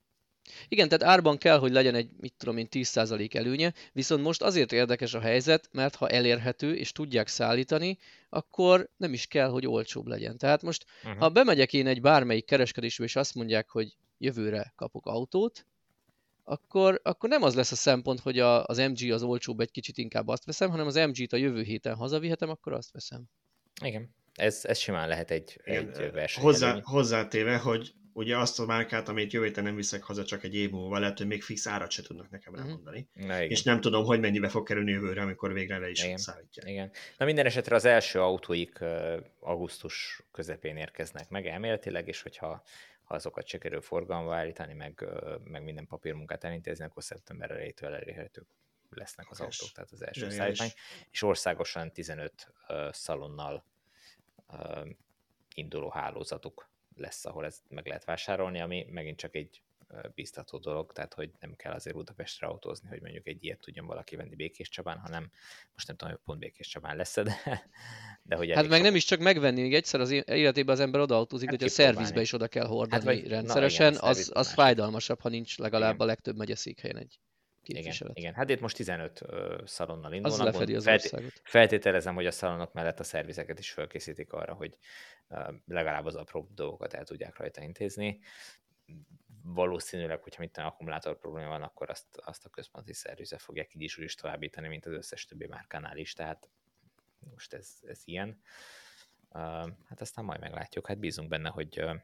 Igen, tehát árban kell, hogy legyen egy, mit tudom én, tíz százalék előnye, viszont most azért érdekes a helyzet, mert ha elérhető és tudják szállítani, akkor nem is kell, hogy olcsóbb legyen. Tehát most, uh-huh. ha bemegyek én egy bármelyik kereskedésbe, és azt mondják, hogy jövőre kapok autót, akkor, akkor nem az lesz a szempont, hogy a, az em gé az olcsóbb, egy kicsit inkább azt veszem, hanem az em gét a jövő héten hazavihetem, akkor azt veszem. Igen, ez, ez simán lehet egy, egy verseny. Hozzá, hozzátéve, hogy ugye azt a márkát, amit jövő héten nem viszek haza csak egy év múlva, lehet, hogy még fix árat se tudnak nekem elmondani. Uh-huh. És nem tudom, hogy mennyibe fog kerülni jövőre, amikor végre le is igen. szállítják. Igen. Na minden esetre az első autóik uh, augusztus közepén érkeznek meg elméletileg, és hogyha ha azokat sikerül forgalomba állítani, meg, uh, meg minden papírmunkát elintézni, akkor szeptember elejétől elérhetők lesznek az autók, tehát az első szállítmány, és országosan tizenöt uh, szalonnal uh, induló hálózatuk lesz, ahol ezt meg lehet vásárolni, ami megint csak egy bíztató dolog, tehát hogy nem kell azért Budapestre autózni, hogy mondjuk egy ilyet tudjon valaki venni Békés Csabán, hanem most nem tudom, hogy pont Békés Csabán lesz, de, de hogy hát meg sok... nem is csak megvenni, még egyszer az életében az ember odaautózik, hát hogy a szervizbe is oda kell hordani hát vagy, rendszeresen, na, igen, az, az fájdalmasabb, ha nincs legalább igen. a legtöbb megyeszékhelyen egy képviselet. Igen, igen, hát itt most tizenöt uh, szalonnal indulnak. Az lefedi az Felt- országot. Feltételezem, hogy a szalonok mellett a szervizeket is felkészítik arra, hogy uh, legalább az apró dolgokat el tudják rajta intézni. Valószínűleg, hogyha mit tudom, akkumulátor probléma van, akkor azt, azt a központi szervizet fogják így is úgy is továbbítani, mint az összes többi márkánál is, tehát most ez, ez ilyen. Uh, hát aztán majd meglátjuk, hát bízunk benne, hogy uh,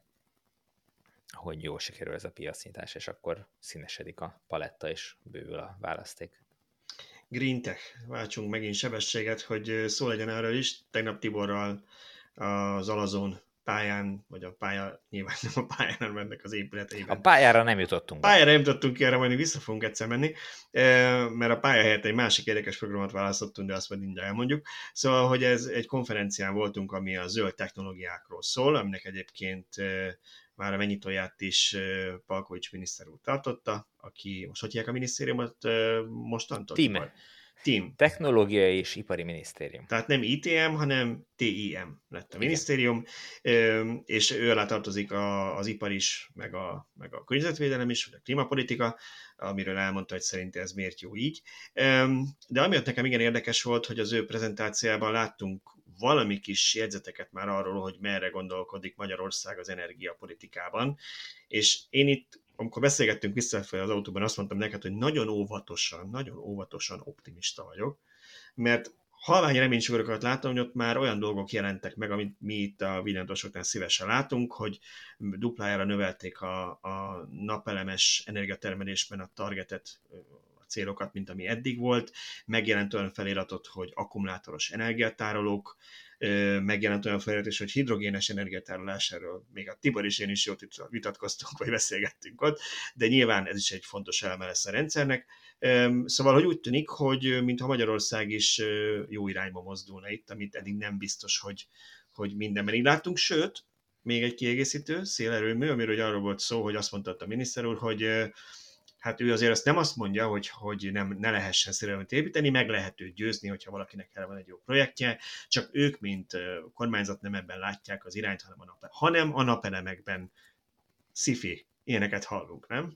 hogy jól sikerül ez a piacnyitás, és akkor színesedik a paletta, és bővül a választék. Green Tech, váltsunk megint sebességet, hogy szó legyen erről is. Tegnap Tiborral az Alazon pályán, vagy a pálya, nyilván nem a pályán mennek az épületeiben. A pályára nem jutottunk. Pályára nem jutottunk ki, erre majd vissza fogunk egyszer menni, mert a pálya helyett egy másik érdekes programot választottunk, de azt majd mindjárt elmondjuk. Szóval, hogy ez egy konferencián voltunk, ami a zöld technológiákról szól, aminek egyébként már a megnyitóját is Palkovics miniszter úr tartotta, aki, most hogy hívják a minisztériumot mostantól? Team. Team. Technológiai és Ipari Minisztérium. Tehát nem I T M, hanem T I M lett a minisztérium, igen. És ő alá tartozik a, az ipar is, meg a, meg a környezetvédelem is, vagy a klímapolitika, amiről elmondta, hogy szerinte ez miért jó így. De amiatt nekem igen érdekes volt, hogy az ő prezentációjában láttunk valami kis jegyzeteket már arról, hogy merre gondolkodik Magyarország az energiapolitikában, és én itt, amikor beszélgettünk visszafelé az autóban, azt mondtam neked, hogy nagyon óvatosan, nagyon óvatosan optimista vagyok, mert halvány reménysugarakat látom, hogy ott már olyan dolgok jelentek meg, amit mi itt a villanyosoknál szívesen látunk, hogy duplájára növelték a, a napelemes energiatermelésben a targetet, a célokat, mint ami eddig volt, megjelent olyan feliratot, hogy akkumulátoros energiatárolók, megjelent olyan felirat is, hogy hidrogénes energiatárolás, erről még a Tibor és én is jót vitatkoztunk, vagy beszélgettünk ott, de nyilván ez is egy fontos eleme lesz a rendszernek. Szóval, hogy úgy tűnik, hogy mintha Magyarország is jó irányba mozdulna itt, amit eddig nem biztos, hogy, hogy mindenben így láttunk, sőt, még egy kiegészítő, szélerőmű, amiről hogy arról volt szó, hogy azt mondta a miniszter úr, hogy hát ő azért azt nem azt mondja, hogy, hogy nem, ne lehessen szélerőműt építeni, meg lehet őt győzni, hogyha valakinek el van egy jó projektje, csak ők, mint kormányzat nem ebben látják az irányt, hanem a, nap, hanem a napelemekben. Sci-fi, ilyeneket hallunk, nem?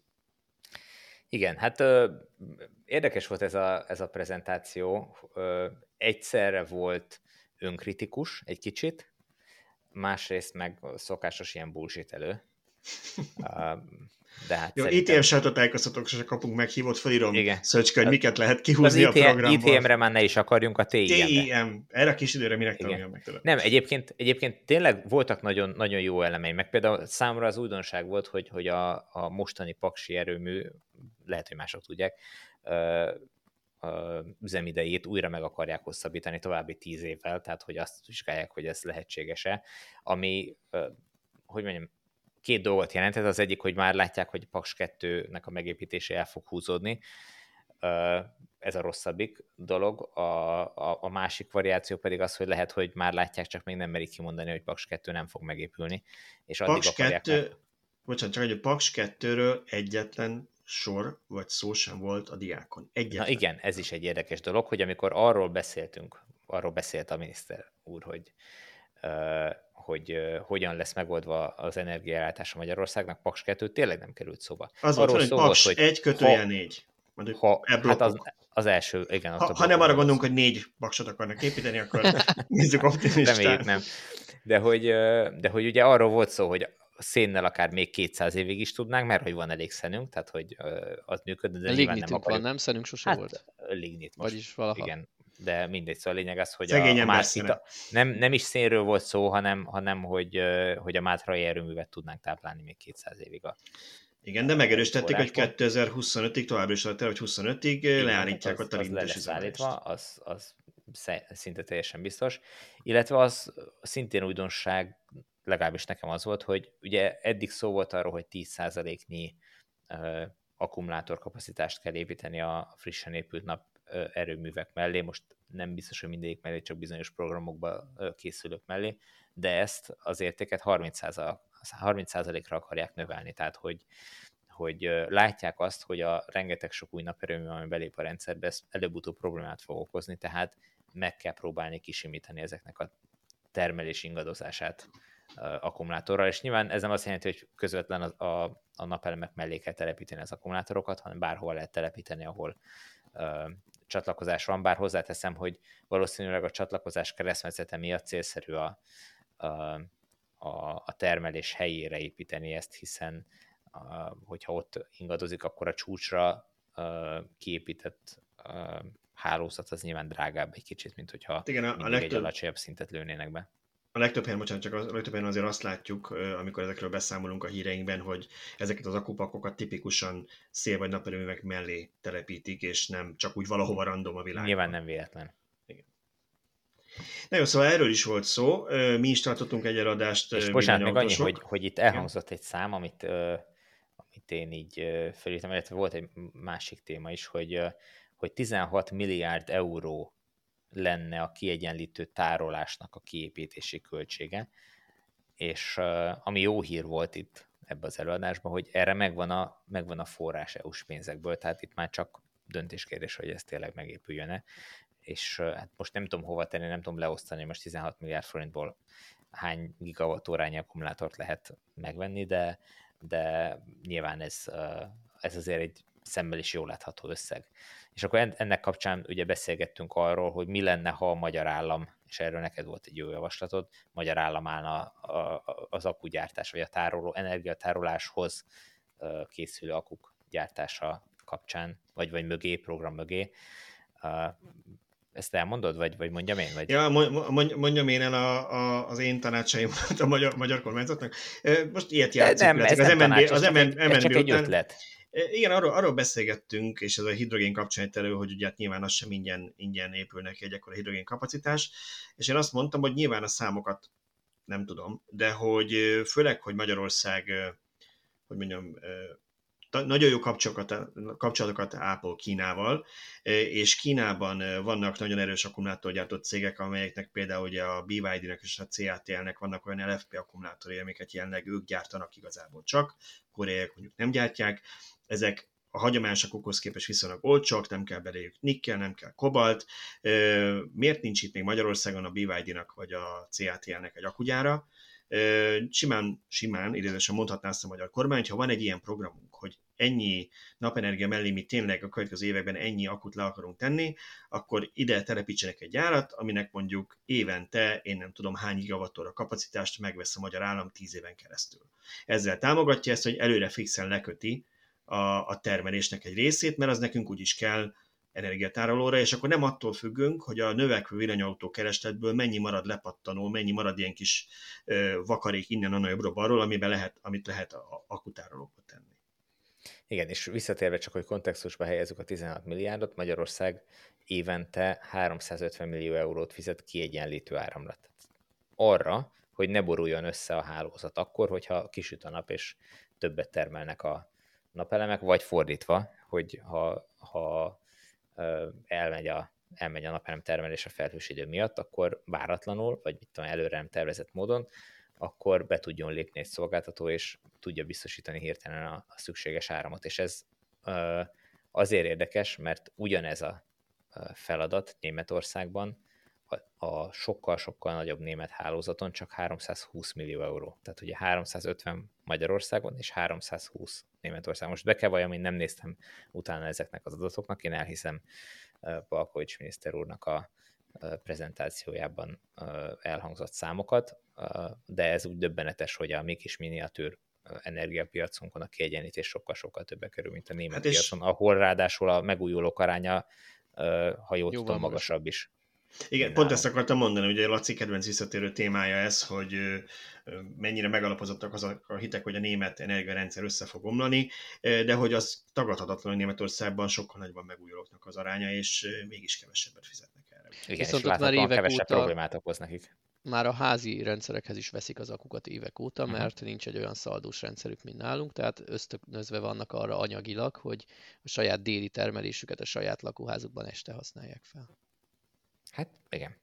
Igen, hát ö, érdekes volt ez a, ez a prezentáció. Ö, egyszerre volt önkritikus egy kicsit, másrészt meg szokásos ilyen bullshit elő. Uh, de hát jó, szerintem... I T M sajtótájékoztatók se kapunk meghívót, felírom Szöcske, hogy miket lehet kihúzni az a programból. I T M-re már ne is akarjunk, a T I M-re. T I M, erre a kis időre minek tanuljon meg tőle. Nem, egyébként, egyébként tényleg voltak nagyon, nagyon jó elemei, meg például számomra az újdonság volt, hogy, hogy a, a mostani paksi erőmű, lehet, hogy mások tudják, üzemidejét újra meg akarják hosszabbítani további tíz évvel, tehát hogy azt vizsgálják, hogy ez lehetséges-e, ami, hogy mondjam, két dolgot jelentett, az egyik, hogy már látják, hogy Paks kettőnek a megépítése el fog húzódni, ez a rosszabbik dolog, a, a, a másik variáció pedig az, hogy lehet, hogy már látják, csak még nem merik kimondani, hogy Paks kettő nem fog megépülni, és addig Paks akarják... kettő, meg... bocsánat, csak egy Paks kettőről egyetlen sor vagy szó sem volt a diákon. Egyetlen. Na igen, ez is egy érdekes dolog, hogy amikor arról beszéltünk, arról beszélt a miniszter úr, hogy uh, hogy uh, hogyan lesz megoldva az energiaellátása Magyarországnak, Paks kettő tényleg nem került szóba. Az volt, hogy Paks egy kötőjel négy. Ha, hát az, az első, igen. Ha, ha nem arra gondolunk, hogy négy paksot akarnak építeni, akkor nézzük optimistán. Reméljük nem. De hogy, de hogy ugye arról volt szó, hogy a szénnel akár még kétszáz évig is tudnánk, mert hogy van elég szenünk, tehát hogy az működne, de nyilván nem akarjuk. van, nem? Szenünk sosem hát, volt. Lignit most. Vagyis valaha. Igen, de mindegy, szóval a lényeg az, hogy Szegény a, a Márszita, nem, nem is szénről volt szó, hanem, hanem hogy, hogy a mátrai erőművet tudnánk táplálni még kétszáz évig a igen, de megerősítették, hogy kétezer-huszonötig, továbbra is lehet, hogy huszonötig igen, leállítják az, a tarintes üzemelést. Az, az szinte teljesen biztos. Illetve az szintén újdonság, legalábbis nekem az volt, hogy ugye eddig szó volt arról, hogy tíz százaléknyi uh, akkumulátorkapacitást kell építeni a frissen épült nap uh, erőművek mellé. Most nem biztos, hogy mindegyik mellé, csak bizonyos programokba uh, készülök mellé, de ezt az értéket harminc százalékra akarják növelni. Tehát, hogy hogy látják azt, hogy a rengeteg sok új naperőmű, ami belép a rendszerbe, ez előbb-utóbb problémát fog okozni, tehát meg kell próbálni kisimítani ezeknek a termelés ingadozását akkumulátorral, és nyilván ez nem azt jelenti, hogy közvetlen a, a, a napelemek mellé kell telepíteni az akkumulátorokat, hanem bárhol lehet telepíteni, ahol uh, csatlakozás van, bár hozzáteszem, hogy valószínűleg a csatlakozás keresztmetszete miatt célszerű a, a, a, a termelés helyére építeni ezt, hiszen Uh, hogyha ott ingadozik, akkor a csúcsra uh, kiépített uh, hálózat az nyilván drágább egy kicsit, mint hogyha igen, a, mindig a legtöbb, egy alacsonyabb szintet lőnének be. A legtöbb helyen, bocsánat, csak a legtöbb helyen azért azt látjuk, amikor ezekről beszámolunk a híreinkben, hogy ezeket az akupakokat tipikusan szél- vagy naperőművek mellé telepítik, és nem csak úgy valahova random a világban. Nyilván nem véletlen. Igen. Na jó, szóval erről is volt szó. Mi is tartottunk egy eladást. És bocsánat, még annyi, hogy, hogy itt elhangzott egy szám, amit, uh, amit én így uh, felírtam, illetve volt egy másik téma is, hogy, uh, hogy tizenhat milliárd euró lenne a kiegyenlítő tárolásnak a kiépítési költsége, és uh, ami jó hír volt itt ebben az előadásban, hogy erre megvan a, megvan a forrás é u-s pénzekből, tehát itt már csak döntéskérdés, hogy ez tényleg megépüljön-e. És hát most nem tudom hova tenni, nem tudom leosztani, most tizenhat milliárd forintból hány gigawattórányi akkumulátort lehet megvenni, de, de nyilván ez, ez azért egy szemmel is jól látható összeg. És akkor ennek kapcsán ugye beszélgettünk arról, hogy mi lenne, ha a magyar állam, és erről neked volt egy jó javaslatod, magyar állam állna az akkugyártás, vagy a tároló, energiatároláshoz készülő akuk gyártása kapcsán, vagy, vagy mögé, program mögé. Ezt elmondod, vagy, vagy mondjam én? Vagy? Ja, mondjam én el a, a, az én tanácsaimat a magyar, magyar kormányzatnak. Most ilyet játszunk. Nem, ez az nem tanács, az ez, egy, ez csak egy után, ötlet. Igen, arról, arról beszélgettünk, és ez a hidrogén kapcsán elő, hogy ugye hát nyilván az sem ingyen, ingyen épül neki egy ekkora hidrogén kapacitás, és én azt mondtam, hogy nyilván a számokat nem tudom, de hogy főleg, hogy Magyarország, hogy mondjam, nagyon jó kapcsolatokat, kapcsolatokat ápol Kínával, és Kínában vannak nagyon erős akkumulátorgyártó cégek, amelyeknek például ugye a bé vé dé-nek és a cé á té el-nek vannak olyan el ef pé akkumulátorai, amiket jelenleg ők gyártanak igazából csak, koreaiak mondjuk nem gyártják. Ezek a hagyományos akkukhoz képest viszonylag olcsók, nem kell beléjük nikkel, nem kell kobalt. Miért nincs itt még Magyarországon a bé vé dé-nek vagy a cé á té el-nek egy akkugyára? Simán, simán, idézősen mondhatná azt a magyar kormány, hogy ha van egy ilyen programunk, hogy ennyi napenergia mellé mi tényleg a következő években ennyi akut le akarunk tenni, akkor ide telepítsenek egy gyárat, aminek mondjuk évente, én nem tudom hány gigawattóra kapacitást megvesz a magyar állam tíz éven keresztül. Ezzel támogatja ezt, hogy előre fixen leköti a, a termelésnek egy részét, mert az nekünk úgyis kell energiatárolóra, és akkor nem attól függünk, hogy a növekvő villanyautó keresletből mennyi marad lepattanó, mennyi marad ilyen kis ö, vakarék innen, onnan jobbra-balról, amiben lehet, amit lehet a akkutárolóba tenni. Igen, és visszatérve csak, hogy kontextusba helyezzük a tizenhat milliárdot, Magyarország évente háromszázötven millió eurót fizet kiegyenlítő áramlat. Arra, hogy ne boruljon össze a hálózat akkor, hogyha kisüt a nap, és többet termelnek a napelemek, vagy fordítva, hogy ha, ha elmegy a, elmegy a napelem termelés a felhős idő miatt, akkor váratlanul, vagy mit tudom, előre nem tervezett módon, akkor be tudjon lépni egy szolgáltató, és tudja biztosítani hirtelen a, a szükséges áramot. És ez ö, azért érdekes, mert ugyanez a feladat Németországban a, a sokkal-sokkal nagyobb német hálózaton csak háromszázhúsz millió euró. Tehát ugye háromszázötven Magyarországon és háromszázhúsz Németországon. Most be kell valljam, én nem néztem utána ezeknek az adatoknak, én elhiszem Palkovics miniszter úrnak a prezentációjában elhangzott számokat, de ez úgy döbbenetes, hogy a mi kis miniatűr energiapiacunkon a kiegyenítés sokkal-sokkal többe kerül, mint a német hát piacon, ahol ráadásul a megújulók aránya, ha jól tudom, magasabb is. Igen, pont ezt akartam mondani, ugye Laci kedvenc visszatérő témája ez, hogy mennyire megalapozottak azok a hitek, hogy a német energiarendszer össze fog omlani, de hogy az tagadhatatlan, hogy Németországban sokkal nagyban megújulóknak az aránya, és mégis kevesebbet fizetnek erre. Igen, viszont és ott már évek kevesebb óta problémát okoz nekik. Már a házi rendszerekhez is veszik az akukat évek óta, mert uh-huh. nincs egy olyan szaldós rendszerük, mint nálunk, tehát ösztönözve vannak arra anyagilag, hogy a saját déli termelésüket a saját lakóházukban este használják fel. Hát, igen.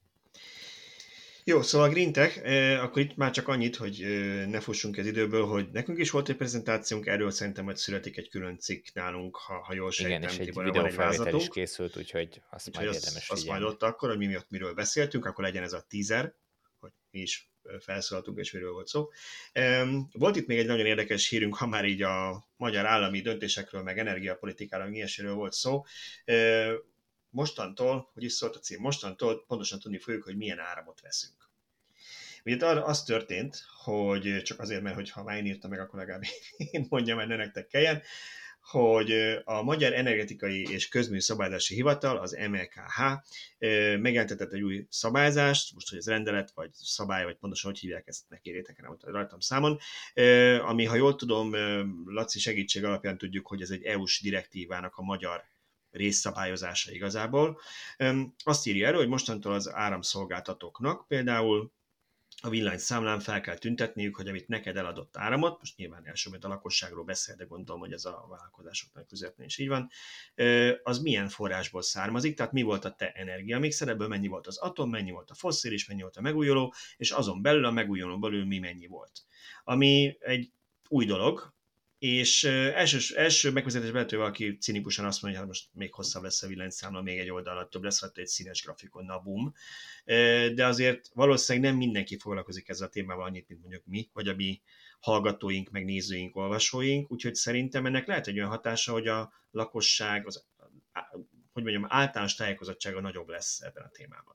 Jó, szóval a Green Tech, eh, akkor itt már csak annyit, hogy eh, ne fussunk az időből, hogy nekünk is volt egy prezentációnk, erről szerintem majd születik egy külön cikk nálunk, ha, ha jól sejtem. Igen, és egy videófelvétel is készült, úgyhogy azt úgyhogy majd érdemes az, azt majd ott akkor, hogy mi miatt miről beszéltünk, akkor legyen ez a teaser, hogy mi is felszólaltunk, és miről volt szó. Um, volt itt még egy nagyon érdekes hírünk, ha már így a magyar állami döntésekről, meg energiapolitikáról, meg ilyesmiről volt szó. Uh, Mostantól, hogy is szólt a cím, mostantól pontosan tudni fogjuk, hogy milyen áramot veszünk. Ugye az történt, hogy csak azért, mert ha már én írtam meg, akkor legalább én mondjam, mert ne nektek kelljen, hogy a Magyar Energetikai és Közműszabályozási Hivatal, az em e ká há megjelentetett egy új szabályzást, most hogy ez rendelet, vagy szabály, vagy pontosan hogy hívják, ezt ne kérjétek el, rajtam számon, ami, ha jól tudom, Laci segítség alapján tudjuk, hogy ez egy é u-s direktívának a magyar részszabályozása igazából. Azt írja elő, hogy mostantól az áramszolgáltatóknak például a villanyszámlán fel kell tüntetniük, hogy amit neked eladott áramot, most nyilván elsőként a lakosságról beszél, de gondolom, hogy ez a vállalkozásoknak közvetlenül is így van, az milyen forrásból származik, tehát mi volt a te energiamixed, ebből mennyi volt az atom, mennyi volt a fosszilis, mennyi volt a megújuló, és azon belül a megújulón belül mi mennyi volt. Ami egy új dolog, és első, első megközelítésben lehet, hogy valaki cinikusan azt mondja, hogy most még hosszabb lesz a villanyszámla, még egy oldal több lesz, vagy egy színes grafikon, na bum. De azért valószínűleg nem mindenki foglalkozik ezzel a témával annyit, mint mondjuk mi, vagy a mi hallgatóink, meg nézőink, olvasóink, úgyhogy szerintem ennek lehet egy olyan hatása, hogy a lakosság, az, hogy mondjam, általános tájékozottsága nagyobb lesz ebben a témában.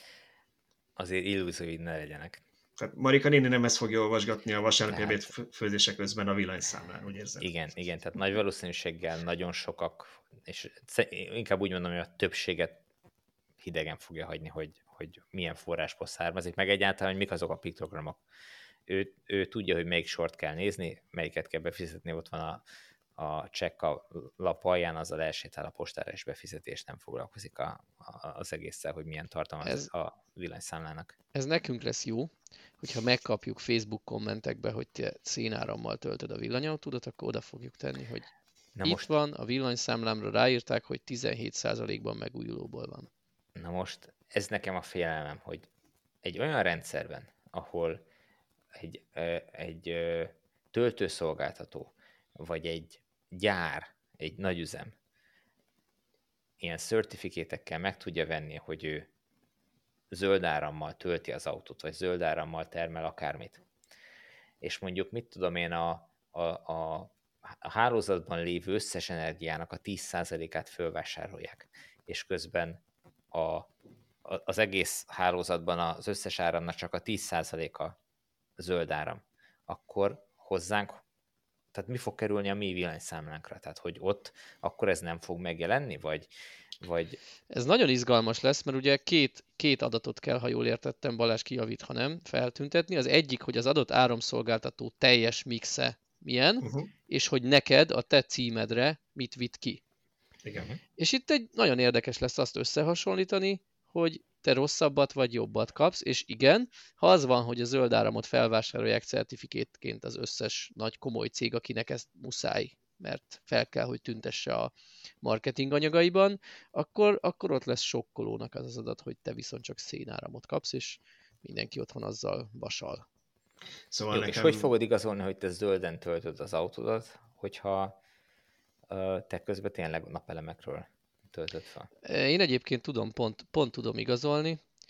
Azért illúzióid ne legyenek. Tehát Marika néni nem ezt fogja olvasgatni a vasárnapi ebéd főzése közben a villanyszámlán, úgy érzem. Igen, igen, tehát nagy valószínűséggel nagyon sokak, és inkább úgy mondom, hogy a többséget hidegen fogja hagyni, hogy, hogy milyen forrásból származik, meg egyáltalán, hogy mik azok a piktogramok. Ő, ő tudja, hogy melyik sort kell nézni, melyiket kell befizetni, ott van a, a csekk a lap alján, azzal elsétál a postára, és befizetés, nem foglalkozik a, a, az egésszel, hogy milyen tartalma ez, a villanyszámlának. Ez nekünk lesz jó, hogyha megkapjuk Facebook kommentekbe, hogy te szénárammal töltöd a villanyautódat, akkor oda fogjuk tenni, hogy na itt most... van, a villanyszámlámra ráírták, hogy tizenhét százalékban megújulóból van. Na most ez nekem a félelmem, hogy egy olyan rendszerben, ahol egy, egy töltőszolgáltató, vagy egy gyár, egy nagyüzem ilyen certifikétekkel meg tudja venni, hogy ő zöld árammal tölti az autót, vagy zöld árammal termel akármit. És mondjuk, mit tudom én, a, a, a, a hálózatban lévő összes energiának a tíz százalékát fölvásárolják, és közben a, a, az egész hálózatban az összes áramnak csak a tíz százaléka zöld áram, akkor hozzánk, tehát mi fog kerülni a mi villanyszámlánkra? Tehát, hogy ott akkor ez nem fog megjelenni, vagy... vagy... Ez nagyon izgalmas lesz, mert ugye két, két adatot kell, ha jól értettem, Balázs kijavít, ha nem, feltüntetni. Az egyik, hogy az adott áramszolgáltató teljes mixe milyen, uh-huh. és hogy neked a te címedre mit vitt ki. Igen. És itt egy nagyon érdekes lesz azt összehasonlítani, hogy te rosszabbat vagy jobbat kapsz, és igen, ha az van, hogy a zöld áramot felvásárolják certifikétként az összes nagy komoly cég, akinek ezt muszáj, mert fel kell, hogy tüntesse a marketing anyagaiban, akkor, akkor ott lesz sokkolónak az az adat, hogy te viszont csak szénáramot kapsz, és mindenki otthon azzal vasal. Szóval jó, nekem... És hogy fogod igazolni, hogy te zölden töltöd az autódat, hogyha uh, te közben tényleg napelemekről töltöd fel? Én egyébként tudom, pont, pont tudom igazolni.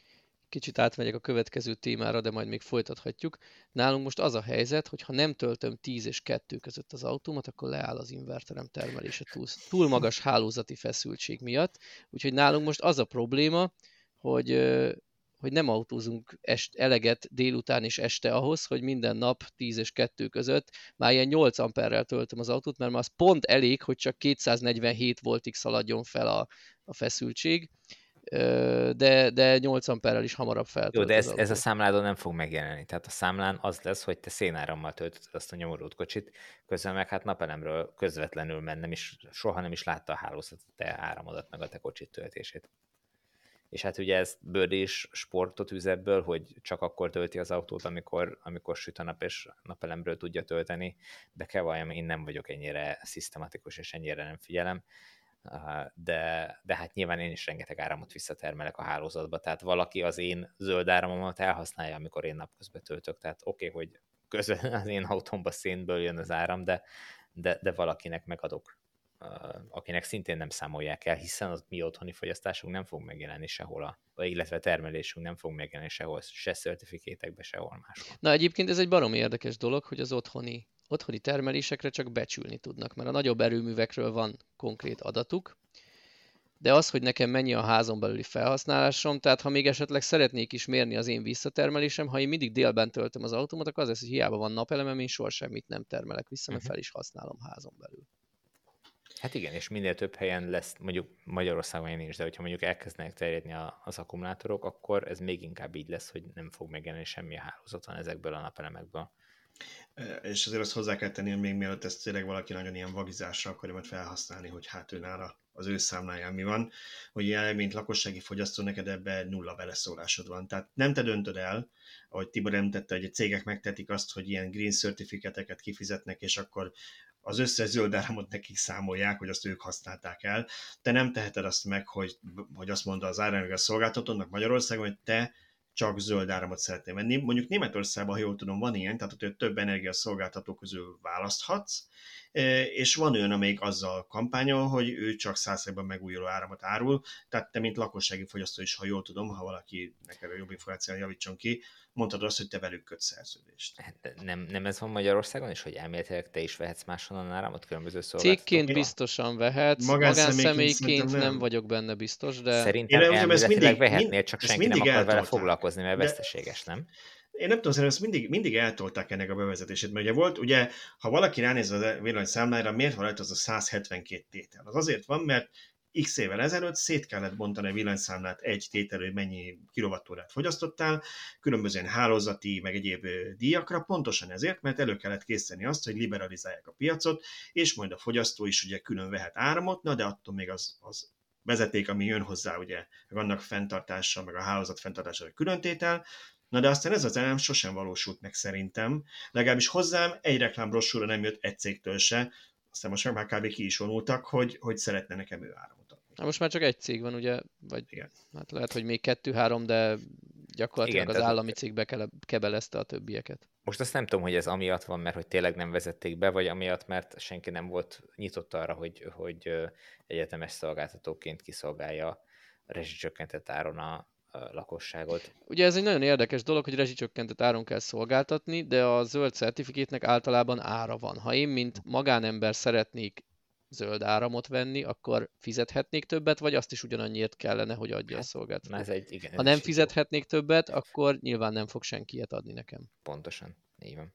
kicsit átmegyek a következő témára, de majd még folytathatjuk. Nálunk most az a helyzet, hogy ha nem töltöm tíz és kettő között az autómat, akkor leáll az inverterem termelése túl, túl magas hálózati feszültség miatt. Úgyhogy nálunk most az a probléma, hogy, hogy nem autózunk est, eleget délután és este ahhoz, hogy minden nap tíz és kettő között már ilyen nyolc amperrel töltöm az autót, mert már az pont elég, hogy csak kétszáznegyvenhét voltig szaladjon fel a, a feszültség. De, de nyolc amperrel is hamarabb feltölt. Jó, de ez, ez a számládon nem fog megjelenni. Tehát a számlán az lesz, hogy te szénárammal töltöd azt a nyomorult kocsit, közben meg hát napelemről közvetlenül mennem, és soha nem is látta a hálózat a te áramodat, meg a te kocsit töltését. És hát ugye ez Bird is sportot űz ebből, hogy csak akkor tölti az autót, amikor, amikor süt a nap, és napelemről tudja tölteni. De kell valljam, én nem vagyok ennyire szisztematikus, és ennyire nem figyelem. De, de hát nyilván én is rengeteg áramot visszatermelek a hálózatba, tehát valaki az én zöld áramomat elhasználja, amikor én napközben töltök, tehát oké, okay, hogy közben az én autómba szénből jön az áram, de, de, de valakinek megadok, akinek szintén nem számolják el, hiszen az mi otthoni fogyasztásunk nem fog megjelenni sehol, a, illetve termelésünk nem fog megjelenni sehol, se szertifikétekbe, sehol máshol. Na egyébként ez egy baromi érdekes dolog, hogy az otthoni otthoni termelésekre csak becsülni tudnak, mert a nagyobb erőművekről van konkrét adatuk, de az, hogy nekem mennyi a házon belüli felhasználásom, tehát ha még esetleg szeretnék is mérni az én visszatermelésem, ha én mindig délben töltöm az autómat, akkor az lesz, hogy hiába van napelemem, én soha semmit nem termelek vissza, mert fel is használom házon belül. Hát igen, és minél több helyen lesz, mondjuk Magyarországon én is, de hogyha mondjuk elkezdenek terjedni az akkumulátorok, akkor ez még inkább így lesz, hogy nem fog megjelenni semmi a hálózaton ezekből a napelemekből. És azért azt hozzá kell tenni, hogy még mielőtt ezt tényleg valaki nagyon ilyen vagizásra akarja majd felhasználni, hogy hát ő nála az ő számláján mi van, hogy ilyen, mint lakossági fogyasztó, neked ebben nulla beleszólásod van. Tehát nem te döntöd el, ahogy Tibor említette, hogy a cégek megtetik azt, hogy ilyen green certificate-eket kifizetnek, és akkor az összes zöld áramot nekik számolják, hogy azt ők használták el. Te nem teheted azt meg, hogy, hogy azt mondta az áramenergia szolgáltatónak Magyarországon, hogy te csak zöld áramot szeretném venni. Mondjuk Németországban, ha jól tudom, van ilyen, tehát hogy több energiaszolgáltató közül választhatsz, és van olyan, amelyik azzal kampányol, hogy ő csak száz százalékban megújuló áramot árul, tehát te, mint lakossági fogyasztó is, ha jól tudom, ha valaki neked a jobb információt javítson ki, mondhatod azt, hogy te velük kötsz szerződést. Nem, nem ez van Magyarországon is, hogy elméletileg te is vehetsz máshonnan áramot különböző szolgáltatók? Cégként biztosan vehetsz, magánszemélyként nem. nem vagyok benne biztos, de... Szerintem én elméletileg mindig, vehetnél, csak senki nem akar vele foglalkozni, mert de... veszteséges, nem? Én nem tudom, szerintem ezt mindig, mindig eltolták ennek a bevezetését, mert ugye volt, ugye, ha valaki ránéz a villanyszámlára, miért van rajta az a száz hetvenkét tétel? Az azért van, mert x évvel ezelőtt szét kellett bontani a villanyszámlát egy tételő, hogy mennyi kilowattórát fogyasztottál, különböző hálózati, meg egyéb díjakra, pontosan ezért, mert elő kellett készíteni azt, hogy liberalizálják a piacot, és majd a fogyasztó is ugye külön vehet áramot, na de attól még az, az vezeték, ami jön hozzá, ugye, meg annak fenntartása, meg a hálózat fenntartása, a külön tétel. Na de aztán ez az elem sosem valósult meg szerintem. Legalábbis hozzám egy reklámbrosúra nem jött egy cégtől se, aztán most már kb. Ki is vonultak, hogy, hogy szeretne nekem ő áramot adni. Na most már csak egy cég van, ugye? Vagy igen. Hát lehet, hogy még kettő-három, de gyakorlatilag igen, az állami cég bekebelezte a többieket. Most azt nem tudom, hogy ez amiatt van, mert hogy tényleg nem vezették be, vagy amiatt, mert senki nem volt nyitott arra, hogy, hogy egyetemes szolgáltatóként kiszolgálja a rezsicsökkentett áron a lakosságot. Ugye ez egy nagyon érdekes dolog, hogy rezsicsökkentett áron kell szolgáltatni, de a zöld certifikétnek általában ára van. Ha én, mint magánember szeretnék zöld áramot venni, akkor fizethetnék többet, vagy azt is ugyanannyiért kellene, hogy adja a szolgáltató. Ez egy, igen, ha nem fizethetnék jó. többet, akkor nyilván nem fog senki ilyet adni nekem. Pontosan, így van.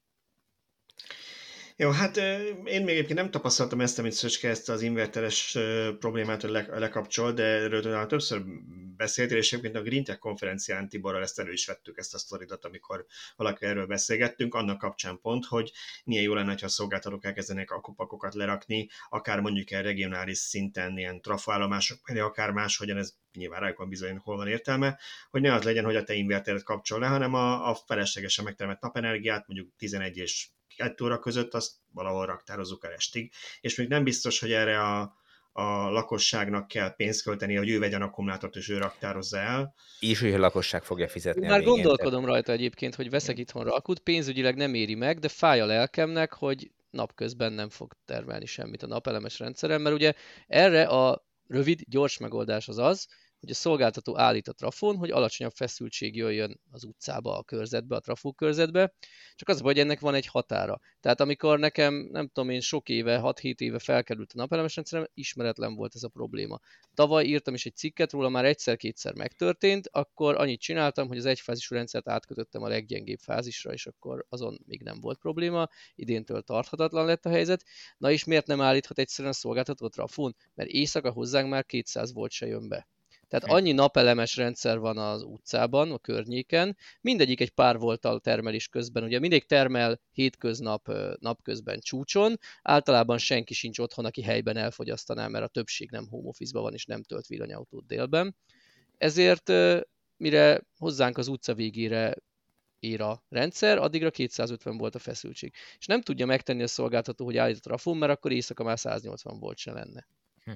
Jó, hát én még egyébként nem tapasztaltam ezt, amit Szöcske ezt az inverteres problémát, hogy lekapcsol, de erről többször beszéltél, és egyébként a Green Tech konferencián Tiborral ezt elő is vettük, ezt a sztoridat, amikor valaki erről beszélgettünk, annak kapcsán pont, hogy milyen jó lenne, ha a szolgáltatók elkezdenek akupakokat lerakni, akár mondjuk el regionális szinten, ilyen trafoállomások, mellé, akár máshogyan, ez nyilván rájuk van bizony, hol van értelme, hogy ne az legyen, hogy a te inverteret kapcsol le, hanem a, a feleslegesen megtermelt napenergiát, mondjuk tizenegy és kettő óra között azt valahol raktározzuk el estig, és még nem biztos, hogy erre a, a lakosságnak kell pénzt költeni, hogy ő vegyen akkumulátort, és ő raktározza el. És hogy a lakosság fogja fizetni. Már gondolkodom rajta egyébként, hogy veszek itthonra akut, pénzügyileg nem éri meg, de fáj a lelkemnek, hogy napközben nem fog termelni semmit a napelemes rendszerem, mert ugye erre a rövid, gyors megoldás az az, hogy a szolgáltató állít a trafón, hogy alacsonyabb feszültség jöjjön az utcába, a körzetbe, a trafó körzetbe, csak az a baj, hogy ennek van egy határa. Tehát amikor nekem, nem tudom én, sok éve, hat-hét éve felkerült a napelemes rendszerem, ismeretlen volt ez a probléma. Tavaly írtam is egy cikket róla, már egyszer-kétszer megtörtént, akkor annyit csináltam, hogy az egyfázisú rendszert átkötöttem a leggyengébb fázisra, és akkor azon még nem volt probléma, idéntől tarthatatlan lett a helyzet. Na és miért nem állíthat egyszerűen a szolgáltató trafón? Mert éjszaka hozzánk már kétszáz volt se jön be. Tehát annyi napelemes rendszer van az utcában, a környéken, mindegyik egy pár volttal termelés közben, ugye mindig termel hétköznap napközben csúcson, általában senki sincs otthon, aki helyben elfogyasztaná, mert a többség nem home office-ban van és nem tölt villanyautót délben. Ezért mire hozzánk az utca végére ér a rendszer, addigra kétszázötven volt a feszültség. És nem tudja megtenni a szolgáltató, hogy állít a trafón, mert akkor éjszaka már száznyolcvan volt se lenne. Hm.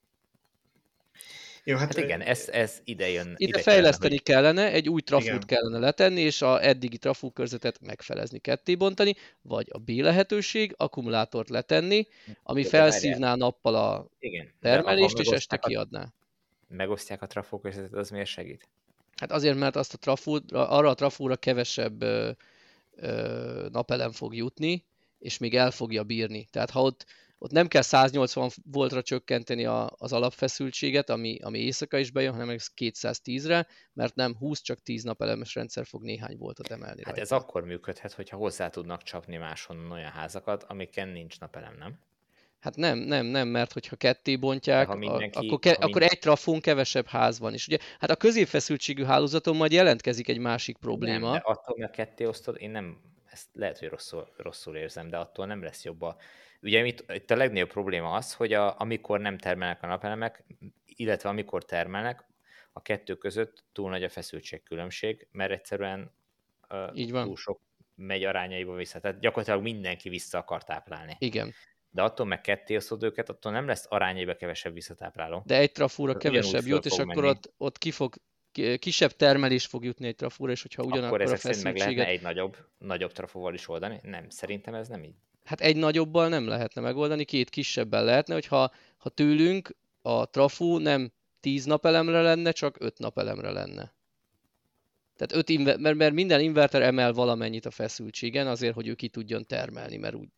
Jó, hát, hát igen, ez, ez ide jön. Ide, ide fejleszteni kellene, hogy... kellene, egy új trafót igen. kellene letenni, és a eddigi trafókörzetet megfelezni, ketté bontani, vagy a B lehetőség, akkumulátort letenni, ami de felszívná várjál. nappal a igen, termelést, és este a... kiadná. Megosztják a trafókörzetet, az miért segít? Hát azért, mert azt a trafót, arra a trafóra kevesebb ö, ö, napelem fog jutni, és még el fogja bírni. Tehát ha ott Ott nem kell száznyolcvan voltra csökkenteni a, az alapfeszültséget, ami, ami éjszaka is bejön, hanem kétszáztízre, mert nem húsz, csak tíz napelemes rendszer fog néhány voltot emelni. Hát rajta. ez akkor működhet, hogyha hozzá tudnak csapni máshonnan olyan házakat, amiken nincs napelem, nem? Hát nem, nem, nem, mert hogyha ketté bontják, ha mindenki, akkor, ke, ha akkor mind... egy trafón kevesebb ház van. És ugye, hát a középfeszültségű hálózaton majd jelentkezik egy másik probléma. Nem, de attól, mert ketté osztod, én nem, ezt lehet, hogy rosszul, rosszul érzem, de attól nem lesz jobb a... Ugye itt, itt a legnagyobb probléma az, hogy a, amikor nem termelnek a napelemek, illetve amikor termelnek, a kettő között túl nagy a feszültségkülönbség, mert egyszerűen uh, Így van. túl sok megy arányaiba vissza. Tehát gyakorlatilag mindenki vissza akar táplálni. Igen. De attól meg ketté osztod őket, attól nem lesz arányaiba kevesebb visszatápláló. De egy trafóra kevesebb jut, és akkor ott, ott ki fog, kisebb termelés fog jutni egy trafóra, és hogyha ugyanakkor akkor ezek a feszültséget... meg lehetne egy nagyobb, nagyobb trafóval is oldani? Nem, szerintem ez nem így. Hát egy nagyobbal nem lehetne megoldani, két kisebben lehetne, hogyha ha tőlünk a trafó nem tíz napelemre lenne, csak öt napelemre lenne. Tehát öt inver- mert, mert minden inverter emel valamennyit a feszültségen, azért, hogy ő ki tudjon termelni, mert úgy,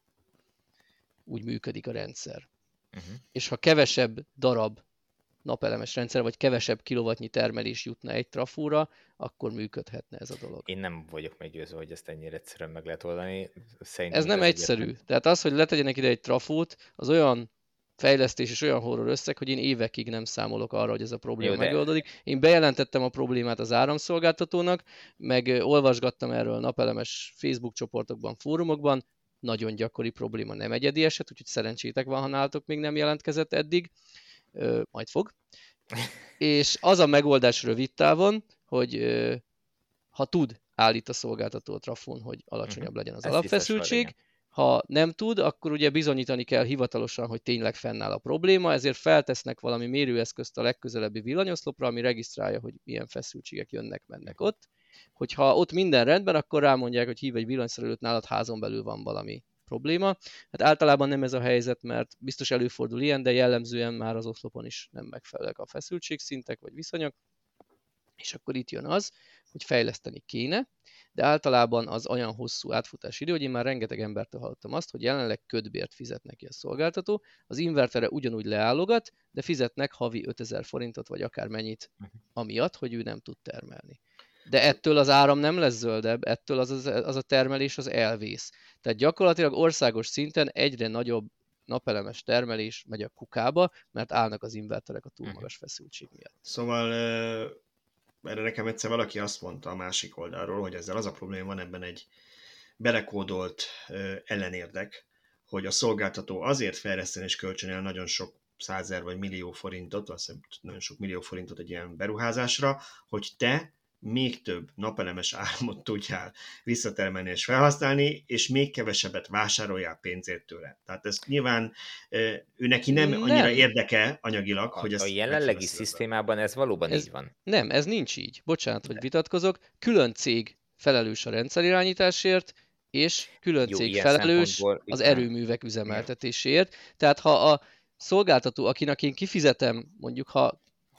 úgy működik a rendszer. Uh-huh. És ha kevesebb darab napelemes rendszer, vagy kevesebb kilowattnyi termelés jutna egy trafóra, akkor működhetne ez a dolog. Én nem vagyok meggyőző, hogy ezt ennyire egyszerűen meg lehet oldani. Szerintem ez nem ez egyszerű. Egyetlen. Tehát az, hogy letegyenek ide egy trafót, az olyan fejlesztés és olyan horror összeg, hogy én évekig nem számolok arra, hogy ez a probléma Jó, de... megoldódik. Én bejelentettem a problémát az áramszolgáltatónak, meg olvasgattam erről napelemes Facebook csoportokban, fórumokban, nagyon gyakori probléma, nem egyedi eset, úgyhogy szerencsétek van, ha nálatok még nem jelentkezett eddig. Ö, majd fog. És az a megoldás rövid távon, hogy ö, ha tud, állít a szolgáltató a trafón, hogy alacsonyabb legyen az alapfeszültség. Ha nem tud, akkor ugye bizonyítani kell hivatalosan, hogy tényleg fennáll a probléma, ezért feltesznek valami mérőeszközt a legközelebbi villanyoszlopra, ami regisztrálja, hogy milyen feszültségek jönnek-mennek ott. Hogyha ott minden rendben, akkor rámondják, hogy hív egy villanyszerelőt, nálad házon belül van valami probléma. Hát általában nem ez a helyzet, mert biztos előfordul ilyen, de jellemzően már az oszlopon is nem megfelelnek a feszültségszintek vagy viszonyok. És akkor itt jön az, hogy fejleszteni kéne, de általában az olyan hosszú átfutási idő, hogy én már rengeteg embertől hallottam azt, hogy jelenleg kötbért fizet neki a szolgáltató, az invertere ugyanúgy leállogat, de fizetnek havi ötezer forintot, vagy akár mennyit, amiatt, hogy ő nem tud termelni. De ettől az áram nem lesz zöldebb, ettől az, az, az a termelés az elvész. Tehát gyakorlatilag országos szinten egyre nagyobb napelemes termelés megy a kukába, mert állnak az inverterek a túl magas feszültség miatt. Szóval erre nekem egyszer valaki azt mondta a másik oldalról, hogy ezzel az a probléma van ebben egy belekódolt ellenérdek, hogy a szolgáltató azért fejleszteni és kölcsönel nagyon sok százezer vagy millió forintot, azt hiszem nagyon sok millió forintot egy ilyen beruházásra, hogy te még több napelemes áramot tudjál visszatermelni és felhasználni, és még kevesebbet vásároljál pénzért tőle. Tehát ez nyilván ő neki nem, nem. annyira érdeke anyagilag, a, hogy ezt... A jelenlegi szisztémában ez valóban ez, így van. Nem, ez nincs így. Bocsánat, hogy vitatkozok. Külön cég felelős a rendszerirányításért, és külön Jó, cég felelős az erőművek üzemeltetéséért. Tehát ha a szolgáltató, akinek én kifizetem, mondjuk ha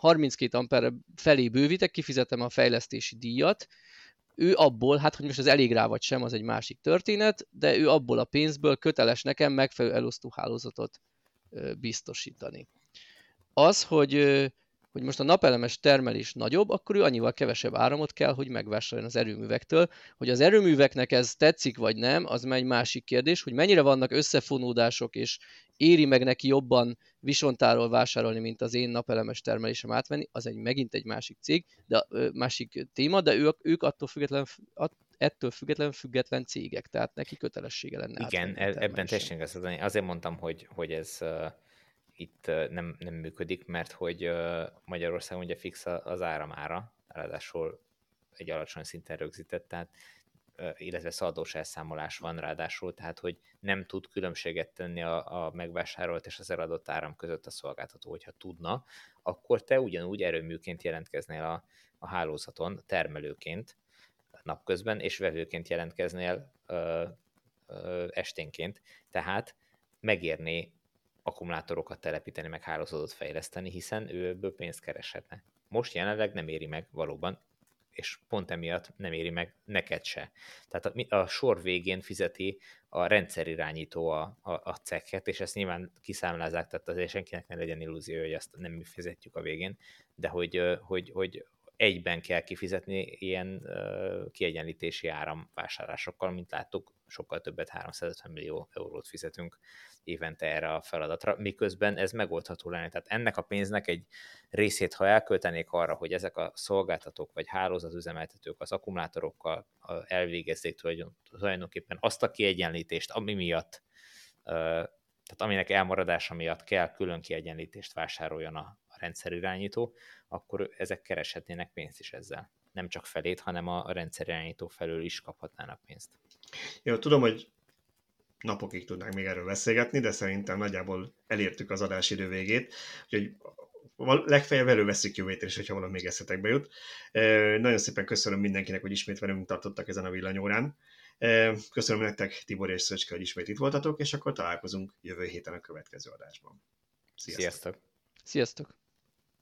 harminckét amperre felé bővítek, kifizetem a fejlesztési díjat, ő abból, hát hogy most ez elég rá vagy sem, az egy másik történet, de ő abból a pénzből köteles nekem megfelelő elosztó hálózatot biztosítani. Az, hogy, hogy most a napelemes termelés nagyobb, akkor ő annyival kevesebb áramot kell, hogy megvásároljon az erőművektől. Hogy az erőműveknek ez tetszik vagy nem, az már egy másik kérdés, hogy mennyire vannak összefonódások, és éri meg neki jobban Visontáról vásárolni, mint az én napelemes termelésem átvenni, az egy megint egy másik cég, de másik téma, de ők, ők attól független, ettől független független cégek, tehát neki kötelessége lenne. Igen, ebben teljesen igazad. Azért mondtam, hogy, hogy ez uh, itt uh, nem, nem működik, mert hogy uh, Magyarországon ugye fix az áramára, ráadásul egy alacsony szinten rögzített, tehát illetve szaldós elszámolás van ráadásul, tehát hogy nem tud különbséget tenni a, a megvásárolt és az eladott áram között a szolgáltató. Hogyha tudna, akkor te ugyanúgy erőműként jelentkeznél a, a hálózaton, termelőként napközben, és vevőként jelentkeznél ö, ö, esténként, tehát megérné akkumulátorokat telepíteni, meg hálózatot fejleszteni, hiszen ő ebből pénzt kereshetne. Most jelenleg nem éri meg valóban, és pont emiatt nem éri meg neked se. Tehát a, a sor végén fizeti a rendszerirányító a, a, a cekket, és ezt nyilván kiszámlázzák, tehát azért senkinek ne legyen illúzió, hogy azt nem mi fizetjük a végén, de hogy, hogy, hogy egyben kell kifizetni ilyen uh, kiegyenlítési áramvásárlásokkal, mint láttuk, sokkal többet, háromszázötven millió eurót fizetünk évente erre a feladatra, miközben ez megoldható lenne. Tehát ennek a pénznek egy részét, ha elköltenék arra, hogy ezek a szolgáltatók vagy hálózatüzemeltetők az akkumulátorokkal elvégezzék tulajdonképpen azt a kiegyenlítést, ami miatt, tehát aminek elmaradása miatt kell külön kiegyenlítést vásároljon a rendszerirányító, akkor ezek kereshetnének pénzt is ezzel. Nem csak felét, hanem a rendszerirányító felől is kaphatnának pénzt. Jó, tudom, hogy napokig tudnánk még erről beszélgetni, de szerintem nagyjából elértük az adásidő végét, úgyhogy legfeljebb előveszik jövő héten is, hogyha valami még eszetekbe jut. Nagyon szépen köszönöm mindenkinek, hogy ismét velünk tartottak ezen a villanyórán. Köszönöm nektek, Tibor és Szöcske, hogy ismét itt voltatok, és akkor találkozunk jövő héten a következő adásban. Sziasztok! Sziasztok!